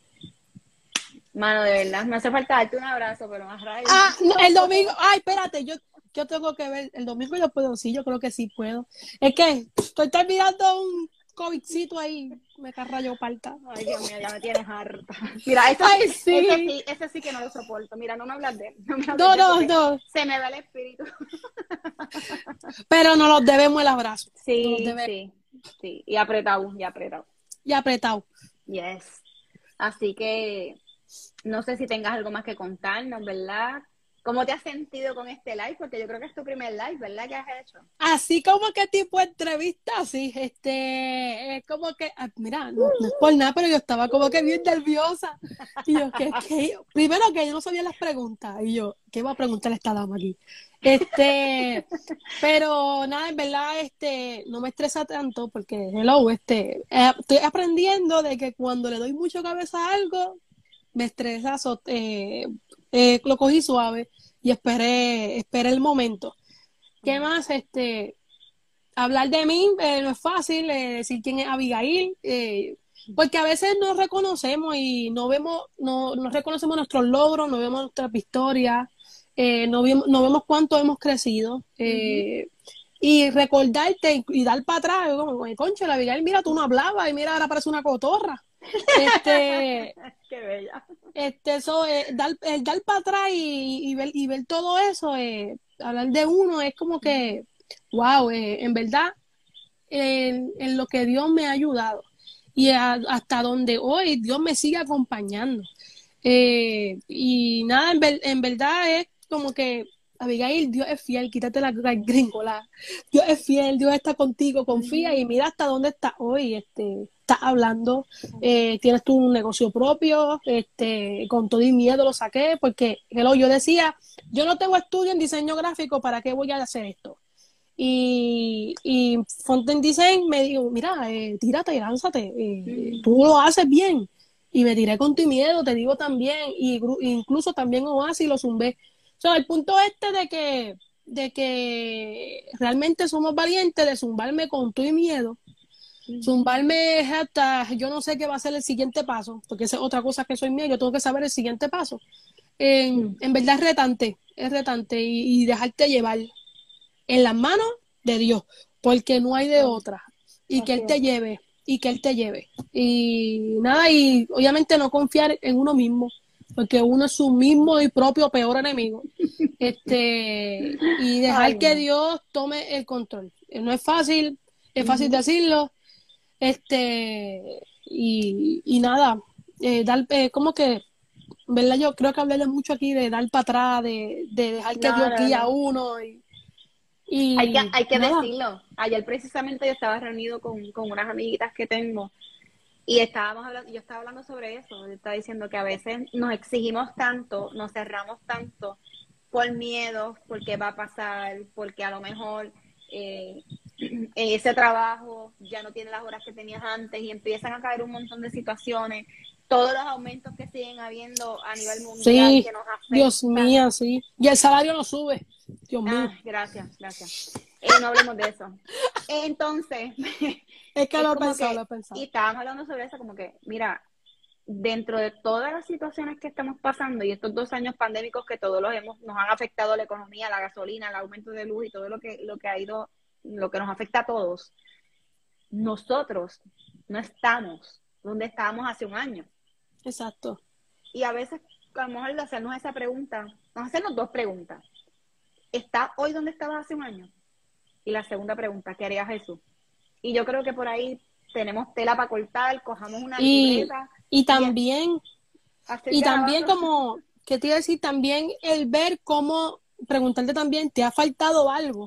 mano, de verdad, me hace falta darte un abrazo, pero más rápido. Ah, no, el domingo, ay, espérate, yo, yo tengo que ver, el domingo yo puedo, sí, yo creo que sí puedo. Es que estoy terminando un COVIDcito ahí, me carrayo palta. Ay, Dios mío, ya me tienes harta. Mira, eso, Ay, sí, sí. ese sí, ese sí que no lo soporto. Mira, no me hablas de él. No me hables No, de él no, porque no, se me va el espíritu. pero nos los debemos el abrazo. Nos los Sí, debemos. sí, sí. Y apretado, y apretado. Y apretado. Yes. Así que no sé si tengas algo más que contarnos, ¿verdad? ¿Cómo te has sentido con este live? Porque yo creo que es tu primer live, ¿verdad? ¿Qué has hecho? Así como que tipo entrevista, sí, este, es como que, ah, mira, no, no es por nada, pero yo estaba como que bien nerviosa. Y yo, que, que, primero que yo no sabía las preguntas, y yo, ¿qué va a preguntar esta dama aquí? Este, pero nada, en verdad, este, no me estresa tanto, porque, hello, este, eh, estoy aprendiendo de que cuando le doy mucho cabeza a algo, me estresa, so- eh, eh, lo cogí suave y esperé, esperé el momento. ¿Qué más? Este, hablar de mí eh, no es fácil, eh, decir quién es Abigail, eh, porque a veces nos reconocemos y no vemos, no, no reconocemos nuestros logros, no vemos nuestras victorias, eh, no, vemos, no vemos cuánto hemos crecido. Eh, y recordarte y, y dar para atrás, como, concha, la Abigail, mira, tú no hablabas y mira, ahora parece una cotorra. Este, Qué bella. este, eso, eh, dar, eh, dar para atrás y, y ver, y ver todo eso, eh, hablar de uno es como que, wow, eh, en verdad, en, en lo que Dios me ha ayudado y a- hasta donde hoy Dios me sigue acompañando. Eh, y nada, en, ver- en verdad es como que, Abigail, Dios es fiel, quítate la, la gringola. Dios es fiel, Dios está contigo, confía y mira hasta dónde estás hoy. Este, estás hablando, eh, tienes tu negocio propio, este, con todo y miedo lo saqué, porque hello, yo decía, yo no tengo estudio en diseño gráfico, ¿para qué voy a hacer esto? Y, y Fontaine Design me dijo, mira, eh, tírate, lánzate, eh, tú lo haces bien. Y me tiré con tu miedo, te digo también, y gru- incluso también Oasis lo zumbé. O sea, el punto este de que, de que realmente somos valientes de zumbarme con tu y miedo, zumbarme hasta, yo no sé qué va a ser el siguiente paso, porque esa es otra cosa que soy mía, yo tengo que saber el siguiente paso. En, en verdad es retante, es retante y, y dejarte llevar en las manos de Dios, porque no hay de otra. Y que Él te lleve, y que Él te lleve. Y nada, y obviamente no confiar en uno mismo, porque uno es su mismo y propio peor enemigo. Este, y dejar Ay, que no. Dios tome el control. No es fácil, es fácil decirlo. Este, y, y nada, eh, dar, eh, como que, ¿verdad? Yo creo que hablé mucho aquí de dar para atrás, de, de dejar que No, Dios no, guíe a no. uno. Y, Hay que, y hay que nada, decirlo. Ayer precisamente yo estaba reunido con, con unas amiguitas que tengo y estábamos hablando, yo estaba hablando sobre eso. Yo estaba diciendo que a veces nos exigimos tanto, nos cerramos tanto por miedo, por qué va a pasar, porque a lo mejor eh, en ese trabajo ya no tiene las horas que tenías antes y empiezan a caer un montón de situaciones, todos los aumentos que siguen habiendo a nivel mundial sí, que nos Dios afectan. mío, sí. Y el salario no sube, Dios mío. Ah, gracias, gracias. Eh, no hablemos de eso. Entonces, Es que es lo he como pensado, lo que, he pensado. y estábamos hablando sobre eso, como que, mira, dentro de todas las situaciones que estamos pasando y estos dos años pandémicos que todos los hemos, nos han afectado la economía, la gasolina, el aumento de luz y todo lo que, lo que ha ido, lo que nos afecta a todos, nosotros no estamos donde estábamos hace un año. Exacto. Y a veces, a lo mejor de hacernos esa pregunta, vamos a hacernos dos preguntas. ¿estás hoy donde estabas hace un año? Y la segunda pregunta, ¿qué haría Jesús? Y yo creo que por ahí tenemos tela para cortar, cojamos una Y, libreta. y también, y también grabando. como, ¿qué te iba a decir? También el ver cómo, preguntarte también, ¿te ha faltado algo?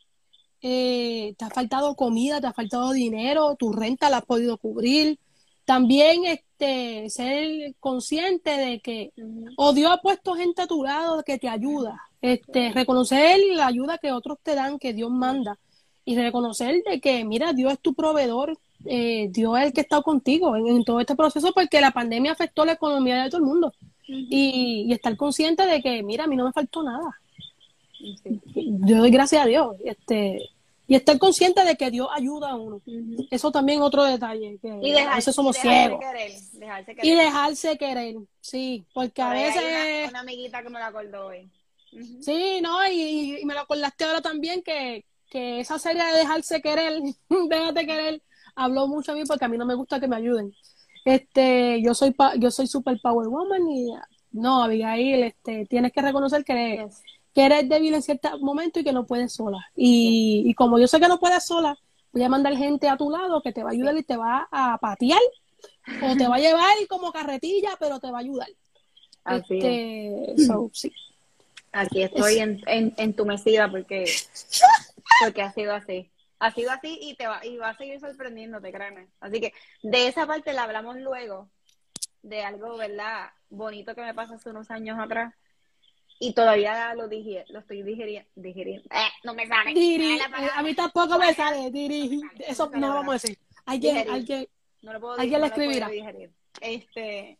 Eh, ¿te ha faltado comida? ¿Te ha faltado dinero? ¿Tu renta la has podido cubrir? También este, ser consciente de que Uh-huh. o Dios ha puesto gente a tu lado que te ayuda. Este, reconocer la ayuda que otros te dan, que Dios manda. Y reconocer de que, mira, Dios es tu proveedor, eh, Dios es el que está contigo en, en todo este proceso, porque la pandemia afectó la economía de todo el mundo. Uh-huh. Y, y estar consciente de que, mira, a mí no me faltó nada. Sí. Yo doy gracias a Dios. Este, y estar consciente de que Dios ayuda a uno. Uh-huh. Eso también es otro detalle, que Y dejar, a veces somos y dejarse ciegos. Querer, dejarse querer. Y dejarse querer, sí, porque Por a ahí veces... hay una, una amiguita que me la acordó hoy. Uh-huh. Sí, no, y, y me lo acordaste ahora también, que, que esa serie de dejarse querer, déjate querer, habló mucho a mí porque a mí no me gusta que me ayuden. Este, yo soy pa, yo soy super power woman y no, Abigail, este, tienes que reconocer que eres, Yes. que eres débil en ciertos momentos y que no puedes sola. Y, yes. y como yo sé que no puedes sola, voy a mandar gente a tu lado que te va a ayudar, sí, y te va a patear o te va a llevar como carretilla, pero te va a ayudar. Así este, es. So, sí. Aquí estoy en, en, entumecida porque, porque ha sido así. Ha sido así y te va, y va a seguir sorprendiéndote, créeme. Así que de esa parte la hablamos luego, de algo, ¿verdad? Bonito que me pasó hace unos años atrás. Y todavía lo dije, lo estoy digeriendo. digeriendo. Eh, no me sale. Diri, eh, a mí tampoco me sale. Diri. No me sale, Eso no, me sale, no lo vamos a decir. Alguien, alguien, no lo puedo, alguien no le escribirá. Lo digerir. Este,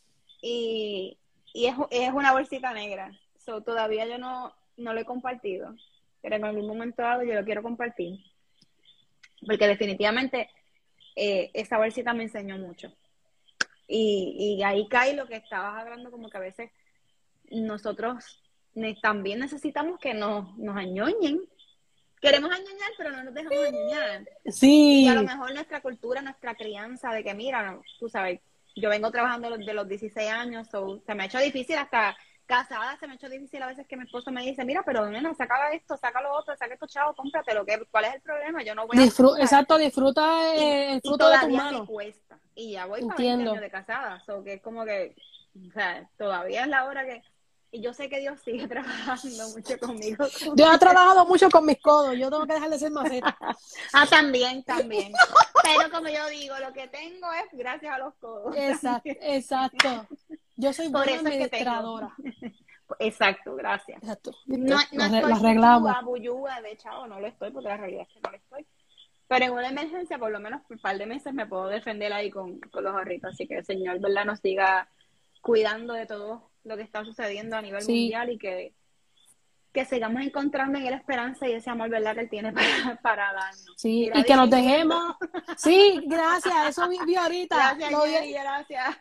y y es, es una bolsita negra. So, todavía yo no, no lo he compartido. Pero en algún momento dado yo lo quiero compartir. Porque definitivamente eh, esa bolsita me enseñó mucho. Y, y ahí cae lo que estabas hablando, como que a veces nosotros ne- también necesitamos que nos, nos añoñen. Queremos añoñar, pero no nos dejamos añoñar. Sí. Y a lo mejor nuestra cultura, nuestra crianza, de que mira, no, tú sabes, yo vengo trabajando de los dieciséis años, so, se me ha hecho difícil hasta casada, se me ha hecho difícil a veces que mi esposo me dice, mira, pero nena, saca esto, saca lo otro, saca esto, chavo, cómpratelo, ¿qué, ¿cuál es el problema? Yo no voy a... Disfru exacto, disfruta y, el fruto y todavía de tus manos. me cuesta. Y ya voy Entiendo. para veinte años de casada, so que es como que, o sea, todavía es la hora que... Y yo sé que Dios sigue trabajando mucho conmigo. Dios ha trabajado mucho con mis codos. Yo tengo que dejar de ser maceta. Ah, también, también. Pero como yo digo, lo que tengo es gracias a los codos. Exacto, exacto. Yo soy Por buena eso es que administradora. Exacto, gracias. Exacto. No, no lo, estoy lo arreglamos. bullúa, bullúa de chavo, no lo estoy, porque la realidad es que no lo estoy. Pero en una emergencia, por lo menos por un par de meses, me puedo defender ahí con, con los ahorritos. Así que el Señor, ¿verdad?, nos siga cuidando de todo lo que está sucediendo a nivel Sí. mundial y que, que sigamos encontrando en él esperanza y ese amor, ¿verdad?, que él tiene para, para darnos. Sí, Mira, y que nos dirigiendo. dejemos. Sí, gracias, eso vi, vi ahorita. Gracias, Lo vi- Jenny, gracias.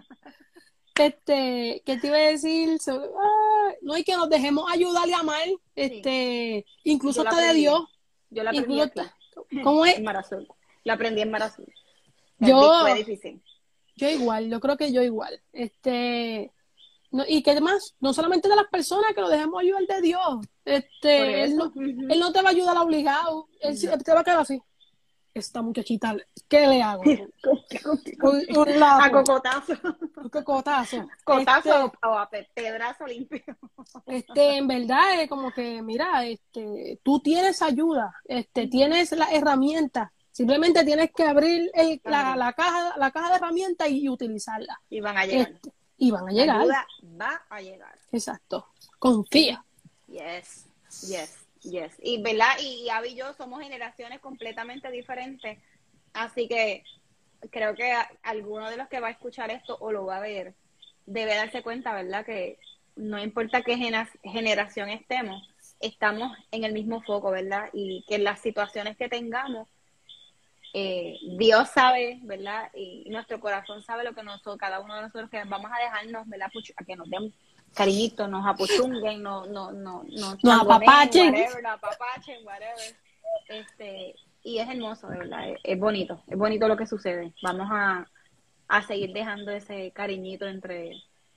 Este, ¿qué te iba a decir? So- ah, no hay que nos dejemos ayudar y amar, este, incluso Yo la hasta de aprendí. Dios. Yo la aprendí Incluso aquí, hasta- ¿Cómo es? en Mar Azul. La aprendí en Mar Azul. Yo- Fue difícil. Yo igual, yo creo que yo igual. Este, no, y que además, no solamente de las personas, que lo dejemos ayudar de Dios. Por Este, él eso. no, Ujú. él no te va a ayudar obligado. Él, sí- No. él te va a quedar así. Esta muchachita, ¿qué le hago? Un, Un, un lapo, a cocotazo. un cocotazo. Cotazo Este, o a pe- pedrazo limpio. este, en verdad es como que, mira, este, tú tienes ayuda, este, tienes la herramienta. Simplemente tienes que abrir el- la, la caja, la caja de herramientas y, utilizarla. Y van a llegar. Este, y van a La llegar. ayuda va a llegar. Exacto. Confía. Yes, yes, yes. Y verdad, y Abby y yo somos generaciones completamente diferentes. Así que creo que a- alguno de los que va a escuchar esto o lo va a ver debe darse cuenta, ¿verdad?, que no importa qué gena- generación estemos, estamos en el mismo foco, ¿verdad? Y que las situaciones que tengamos, eh, Dios sabe, ¿verdad? Y nuestro corazón sabe lo que nosotros, cada uno de nosotros, que vamos a dejarnos, ¿verdad?, Puchu- a que nos den cariñito, nos apuchunguen, no, no, no, no, Nos apapachen. whatever, nos apapachen, whatever. Este, y es hermoso, de verdad, es, es bonito, es bonito lo que sucede. Vamos a, a seguir dejando ese cariñito entre,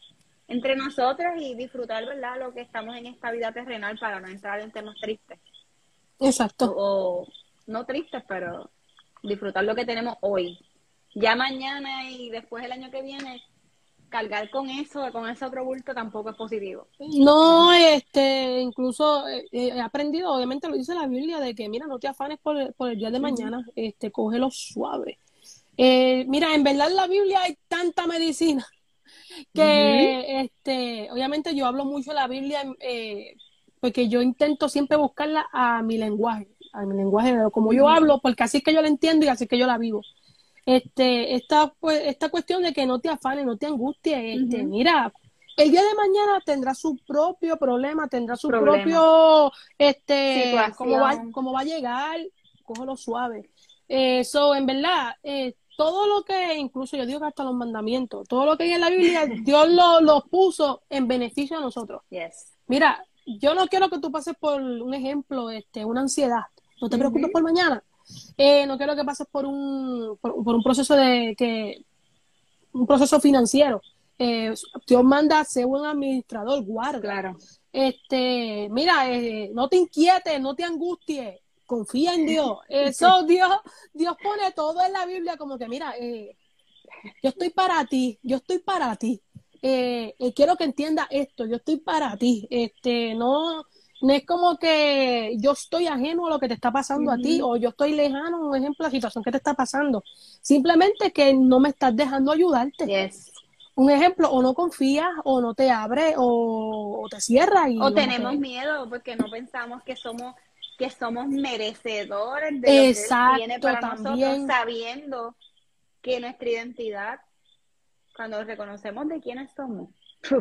entre nosotros y disfrutar, ¿verdad?, lo que estamos en esta vida terrenal para no entrar en temas tristes. Exacto. O, o no tristes, pero disfrutar lo que tenemos hoy. Ya mañana y después el año que viene, cargar con eso, con ese otro bulto tampoco es positivo. No, este, incluso eh, he aprendido, obviamente lo dice la Biblia, de que mira, no te afanes por el, por el día de mañana, uh-huh. este, cógelo suave. Eh, mira, en verdad en la Biblia hay tanta medicina que, uh-huh. este, obviamente yo hablo mucho de la Biblia eh, porque yo intento siempre buscarla a mi lenguaje, a mi lenguaje, como uh-huh. yo hablo, porque así es que yo la entiendo y así es que yo la vivo. Este, esta, pues, esta cuestión de que no te afanes, no te angusties, este, uh-huh. mira, el día de mañana tendrá su propio problema, tendrá su problema. propio, este, cómo va, cómo va a llegar, cógelo suave. Eso, en verdad, eh, todo lo que, incluso yo digo que hasta los mandamientos, todo lo que hay en la Biblia, Dios lo, lo puso en beneficio a nosotros. Yes. Mira, yo no quiero que tú pases por un ejemplo, este, una ansiedad. No te preocupes uh-huh. por mañana. Eh, no quiero que pases por un, por, por un proceso de que, un proceso financiero. Eh, Dios manda a ser buen administrador, guarda. Claro. Este, mira, eh, no te inquietes, no te angusties, confía en Dios. Eso Dios, Dios pone todo en la Biblia como que, mira, eh, yo estoy para ti, yo estoy para ti. Eh, eh, quiero que entiendas esto, yo estoy para ti. Este, no, no es como que yo estoy ajeno a lo que te está pasando uh-huh. a ti, o yo estoy lejano, un ejemplo, de la situación que te está pasando. Simplemente que no me estás dejando ayudarte. Yes. Un ejemplo, o no confías, o no te abres, o, o te cierras. Y o tenemos te... miedo porque no pensamos que somos que somos merecedores de Exacto, lo que Él tiene para también. nosotros, sabiendo que nuestra identidad, cuando reconocemos de quiénes somos,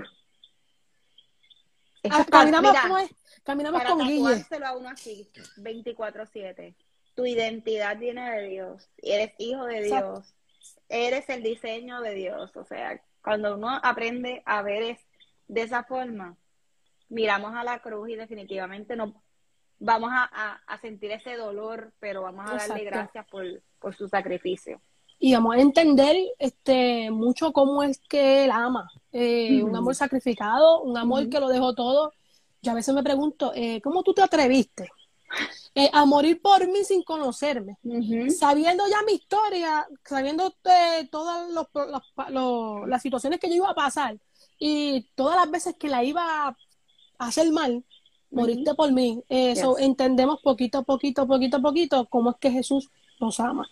ah, caminamos, mira, ¿cómo es? Caminamos para con Guille. tatuárselo a uno así, veinticuatro siete. Tu identidad viene de Dios, eres hijo de Dios, exacto. Eres el diseño de Dios. O sea, cuando uno aprende a ver es de esa forma, miramos a la cruz y definitivamente no vamos a, a, a sentir ese dolor, pero vamos a darle exacto. Gracias por, por su sacrificio. Y vamos a entender este mucho cómo es que Él ama. Eh, uh-huh. Un amor sacrificado, un amor uh-huh. que lo dejó todo. Yo a veces me pregunto, eh, ¿cómo tú te atreviste eh, a morir por mí sin conocerme? Uh-huh. Sabiendo ya mi historia, sabiendo eh, todas los, los, los, las situaciones que yo iba a pasar y todas las veces que la iba a hacer mal, moriste uh-huh. por mí. Eso yes. Entendemos poquito a poquito, poquito a poquito, cómo es que Jesús nos ama.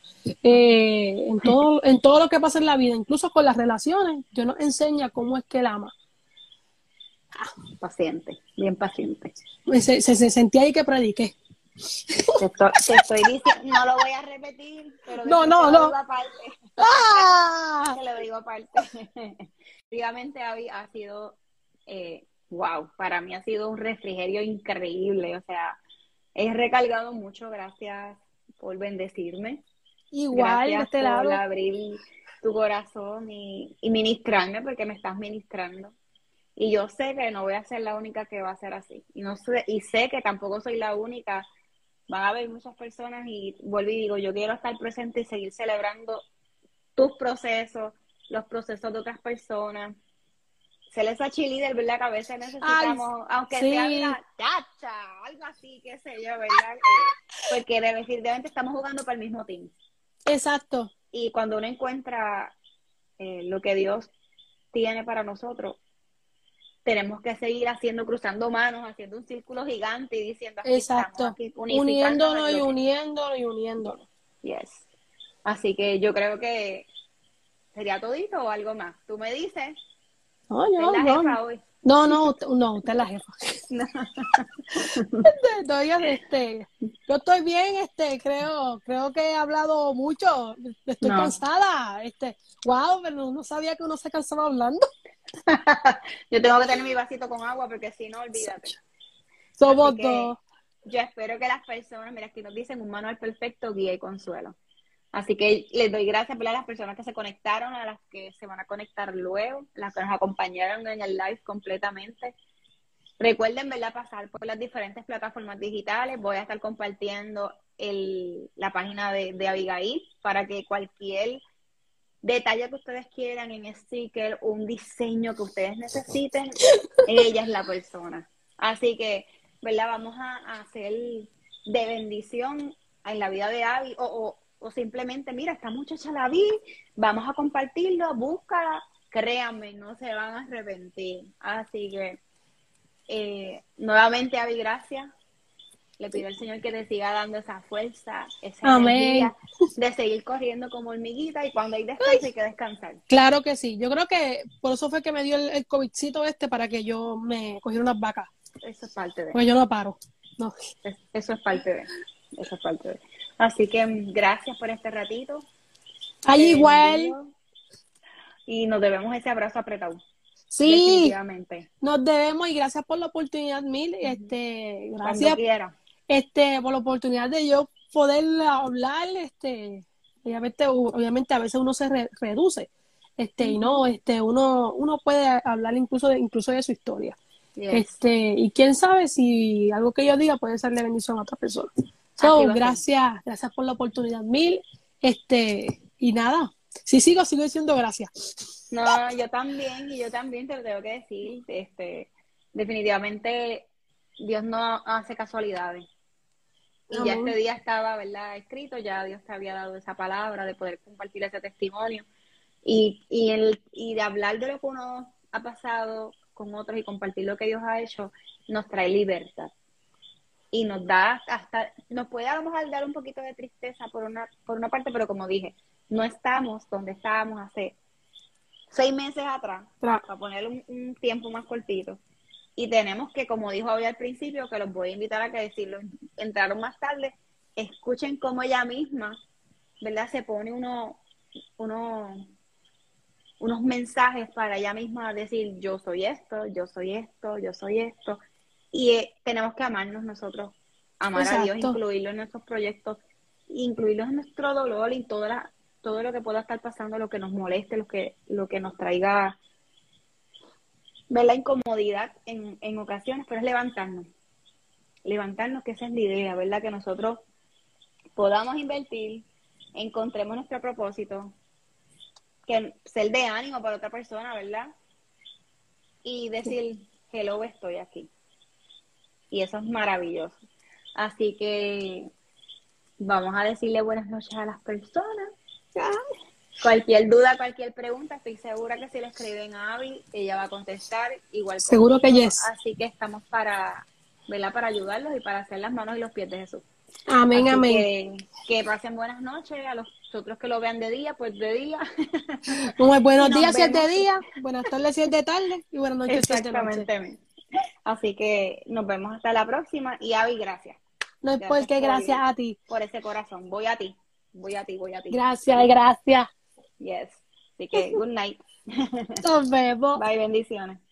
Eh, en todo, en todo lo que pasa en la vida, incluso con las relaciones, Dios nos enseña cómo es que Él ama. Ah, paciente, bien paciente. Se, se, se sentía ahí que prediqué. Te estoy, te estoy diciendo, no lo voy a repetir, pero no, no, te no. lo digo aparte. ¡Ah! Te lo digo aparte. Efectivamente, Abby, ha sido eh, wow, para mí ha sido un refrigerio increíble. O sea, he recargado mucho. Gracias por bendecirme. Igual, gracias de este por lado. abrir tu corazón y, y ministrarme, porque me estás ministrando. Y yo sé que no voy a ser la única que va a ser así. Y no sé, y sé que tampoco soy la única. Van a haber muchas personas y vuelvo y digo, yo quiero estar presente y seguir celebrando tus procesos, los procesos de otras personas. Ser esa cheerleader, ¿verdad? Que a veces necesitamos, ay, aunque sí. sea una chacha, algo así, qué sé yo, ¿verdad? Eh, porque definitivamente estamos jugando para el mismo team. Exacto. Y cuando uno encuentra eh, lo que Dios tiene para nosotros, tenemos que seguir haciendo, cruzando manos, haciendo un círculo gigante y diciendo aquí exacto. Estamos, aquí uniéndonos y uniéndonos y uniéndonos. Yes. Así que yo creo que sería todito o algo más. Tú me dices. No, yo, la no, jefa hoy. no, no, usted, no, usted es la jefa. No. Todavía, este, yo estoy bien, este, creo, creo que he hablado mucho, estoy no. cansada, este, wow, pero no sabía que uno se cansaba hablando. Yo tengo que tener mi vasito con agua porque si no, olvídate. Somos dos. Yo espero que las personas, mira, aquí nos dicen un manual perfecto, guía y consuelo. Así que les doy gracias por a las personas que se conectaron, a las que se van a conectar luego, las que nos acompañaron en el live completamente. Recuerden, ¿verdad?, pasar por las diferentes plataformas digitales. Voy a estar compartiendo el, la página de, de Abigail para que cualquier detalle que ustedes quieran en sticker, un diseño que ustedes necesiten, ella es la persona. Así que, ¿verdad? Vamos a, a hacer de bendición en la vida de Abby, o, o, o simplemente, mira, esta muchacha la vi, vamos a compartirlo, búscala, créanme, no se van a arrepentir. Así que, eh, nuevamente, Abby, gracias. Le pido al Señor que te siga dando esa fuerza, esa Amén. energía de seguir corriendo como hormiguita, y cuando hay descanso hay que descansar. Claro que sí. Yo creo que por eso fue que me dio el, el COVIDcito este, para que yo me cogiera unas vacas. Eso es parte de. Porque yo no paro. No. Es- Eso es parte de. Eso es parte de. Así que mm, gracias por este ratito. Ay, Te igual. bendigo. Y nos debemos ese abrazo apretado. Sí, Definitivamente. nos debemos y gracias por la oportunidad, Mil. Este, Cuando gracias quiera. este, por la oportunidad de yo poder hablar. Este, obviamente, u- obviamente a veces uno se re- reduce. Este, y no, este, uno, uno puede hablar incluso de, incluso de su historia. Yes. Este, y quién sabe si algo que yo diga puede ser de bendición a otra persona. Así So, va a ser. gracias, gracias por la oportunidad, Mil. Este, y nada, si sigo, sigo diciendo gracias. No, yo también, y yo también te lo tengo que decir. Este, definitivamente, Dios no hace casualidades. Y ya Amén. este día estaba, ¿verdad?, escrito, ya Dios te había dado esa palabra de poder compartir ese testimonio. Y, y, el, y de hablar de lo que uno ha pasado con otros y compartir lo que Dios ha hecho, nos trae libertad. Y nos da hasta, nos puede a lo mejor dar un poquito de tristeza por una, por una parte, pero como dije, no estamos donde estábamos hace seis meses atrás, Tra- para poner un, un tiempo más cortito. Y tenemos que, como dijo Abby al principio, que los voy a invitar a que decirlo, entraron más tarde, escuchen cómo ella misma, ¿verdad?, se pone uno, uno, unos mensajes para ella misma decir, yo soy esto, yo soy esto, yo soy esto. Y eh, tenemos que amarnos nosotros, amar a Dios, Exacto. incluirlo en nuestros proyectos, incluirlo en nuestro dolor y toda la, todo lo que pueda estar pasando, lo que nos moleste, lo que, lo que nos traiga, ver la incomodidad en, en ocasiones, pero es levantarnos. Levantarnos, que esa es la idea, ¿verdad? Que nosotros podamos invertir, encontremos nuestro propósito, que ser de ánimo para otra persona, ¿verdad? Y decir, hello, estoy aquí. Y eso es maravilloso. Así que vamos a decirle buenas noches a las personas. Cualquier duda, cualquier pregunta, estoy segura que si le escriben a Abby, ella va a contestar igual Seguro que conmigo. yes. Así que estamos para, ¿verdad?, para ayudarlos y para hacer las manos y los pies de Jesús. Amén, Así amén. que, que pasen buenas noches. A los otros que lo vean de día, pues de día. Muy buenos Y nos días si es de vemos. día, buenas tardes si es de tarde y buenas noches si es de noche. Exactamente. Así que nos vemos hasta la próxima. Y Abby, gracias. No es Gracias porque por- gracias a ti. Por ese corazón. Voy a ti. Voy a ti, voy a ti. Gracias, gracias. Yes. Así que, good night. Nos vemos. Bye, bendiciones.